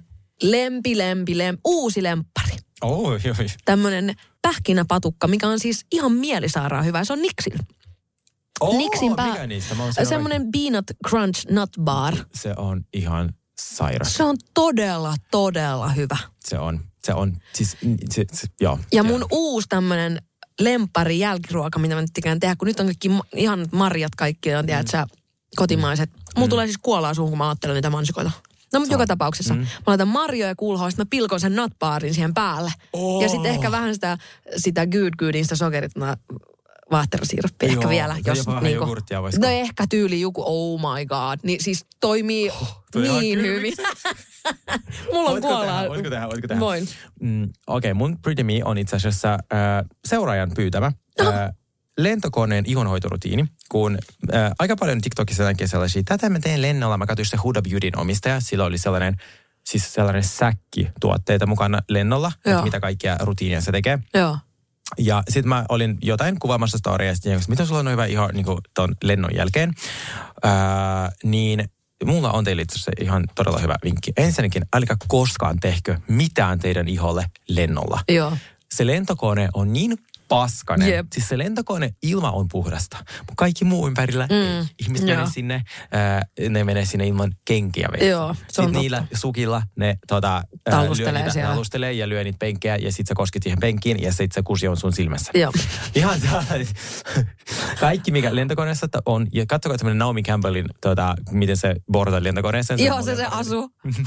C: uusi lemppari. Tämmönen pähkinäpatukka, mikä on siis ihan mielisairaan hyvä. Se on Nixin. Nixin
B: mikä niistä?
C: Semmoinen Peanut Crunch Nut Bar.
B: Se on ihan sairas.
C: Se on todella hyvä.
B: Se on, siis, joo.
C: Ja mun uusi tämmönen lemppari jälkiruoka, mitä mä nyt tikään tehdä, kun nyt on kaikki ihan marjat kaikki, on tiedätkö, kotimaiset. Mulla tulee siis kuolaa suuhun, kun mä ajattelen niitä mansikoita. No, mutta joka tapauksessa. Mä laitan marjoja ja kulhoa, sitten mä pilkon sen nutbarin siihen päälle. Ja sitten ehkä vähän sitä good sitä sokerit, vaahterasiirappia ehkä vielä.
B: Jos niinku,
C: no ehkä tyyli joku, oh my god. Niin siis toimii niin hyvin. Mulla on kuolaa.
B: Voitko tehdä?
C: Voin.
B: Okei, mun Pretty Me on itse asiassa seuraajan pyytämä lentokoneen ihonhoitorutiini, kun aika paljon TikTokissa näkee sellaisia, tätä mä teen lennolla, mä katsoin se Huda Beautyn omistaja, sillä oli sellainen siis sellainen säkki tuotteita mukana lennolla, että mitä kaikkia rutiinia se tekee.
C: Joo.
B: Ja sitten mä olin jotain kuvaamassa storya, ja mitä sulla on hyvä iho niin ton lennon jälkeen. Niin mulla on teille itse asiassa ihan todella hyvä vinkki. Ensinnäkin, älkää koskaan tehkö mitään teidän iholle lennolla.
C: Joo.
B: Se lentokone on niin paskanen.
C: Jep.
B: Siis se lentokone ilma on puhdasta. Mutta kaikki muu ympärillä, ihmiset menee sinne, ne menee sinne ilman kenkiä.
C: Joo, se on
B: sitten niillä sukilla ne tallustelee ja lyö niitä penkkejä ja sit sä koskit siihen penkkiin ja sit se kusi on sun silmässä.
C: Joo.
B: Ihan kaikki mikä lentokoneessa on, ja katsokaa semmoinen Naomi Campbellin, miten se bordaa lentokoneessa.
C: Joo, se asuu.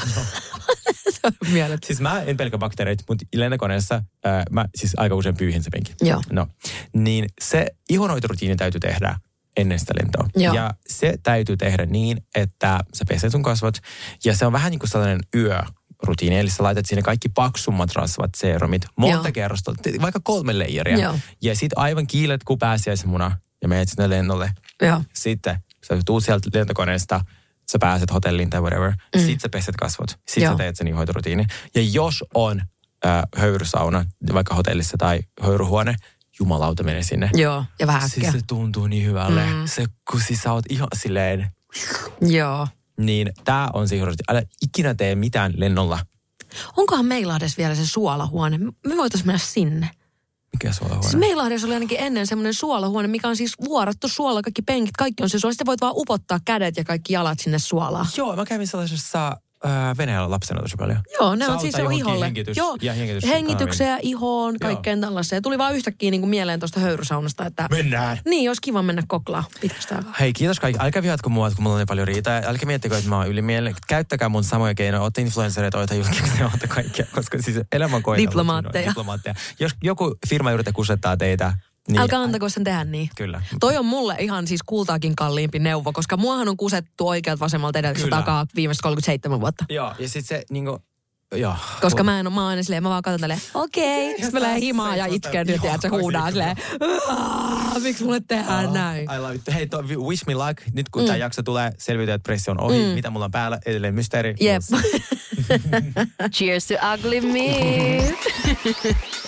C: Se on mielettä.
B: Siis mä en pelkä bakteereita, mutta lentokoneessa mä siis aika usein pyyhin se penkin.
C: Joo.
B: No, niin se ihonhoitorutiini täytyy tehdä ennen sitä lentoa.
C: Joo.
B: Ja se täytyy tehdä niin, että sä peset sun kasvot. Ja se on vähän niin kuin sellainen yörutiini. Eli sä laitat sinne kaikki paksummat rasvat serumit monta kerrosta, vaikka 3 leijeria.
C: Joo.
B: Ja sit aivan kiilet kuin pääsiäismuna ja menet sinne lennolle.
C: Joo.
B: Sitten sä tuut sieltä lentokoneesta, sä pääset hotelliin tai whatever. Sitten sä peset kasvot. Sitten sä teet sen ihonhoitorutiini. Ja jos on höyrysauna, vaikka hotellissa tai höyryhuone, jumalauta mene sinne.
C: Joo, ja vähän
B: Siis se tuntuu niin hyvälle. Se, kun siis sä oot ihan silleen.
C: Joo.
B: Niin tää on siihen, älä ikinä tee mitään lennolla.
C: Onkohan Meilahdessa vielä se suolahuone? Me voitaisiin mennä sinne.
B: Mikä suolahuone?
C: Siis Meilahdessa oli ainakin ennen semmoinen suolahuone, mikä on siis vuorattu suola, kaikki penkit, kaikki on se suola. Sitten voit vaan upottaa kädet ja kaikki jalat sinne suolaan.
B: Joo, mä kävin sellaisessa Venäjällä lapsena tosi paljon.
C: Joo, ne on siis se iholle.
B: Joo,
C: hengitykseen ja ihoon, kaikkeen tällaiseen. Tuli vaan yhtäkkiä niin kuin mieleen tuosta höyrysaunasta, että
B: mennään.
C: Niin, olisi kiva mennä koklaan. Pitäis tää vaan.
B: Hei, kiitos kaikki. Älkää vihatko mua, kun mulla on niin paljon riitaa. Älkää miettikö, että mä oon ylimielinen. Käyttäkää mun samoja keinoja. Ootte influenssereita, ootte julkisia, ootte kaikkia. Koska siis elämän kohdalla. Diplomaatteja. Jos joku firma yrittää kusettaa teitä, niin,
C: älkää antako sen tehdä niin.
B: Kyllä.
C: Toi on mulle ihan siis kultaakin kalliimpi neuvo, koska muahan on kusettu oikealta vasemmalta edeltä takaa viimeiset 37 vuotta.
B: Joo, ja sit se niinku, joo.
C: Koska mä oon aina silleen, mä vaan katson tälleen, okei. Sitten mä lähden himaan ja itken nyt, että se huudaa silleen, miksi mulle tehdään näin?
B: I love it. Hei, wish me luck. Nyt kun tää jakso tulee, selviytyy, että pressi on ohi. Mitä mulla on päällä? Edelleen mysteeri.
C: Jep.
E: Cheers to ugly me.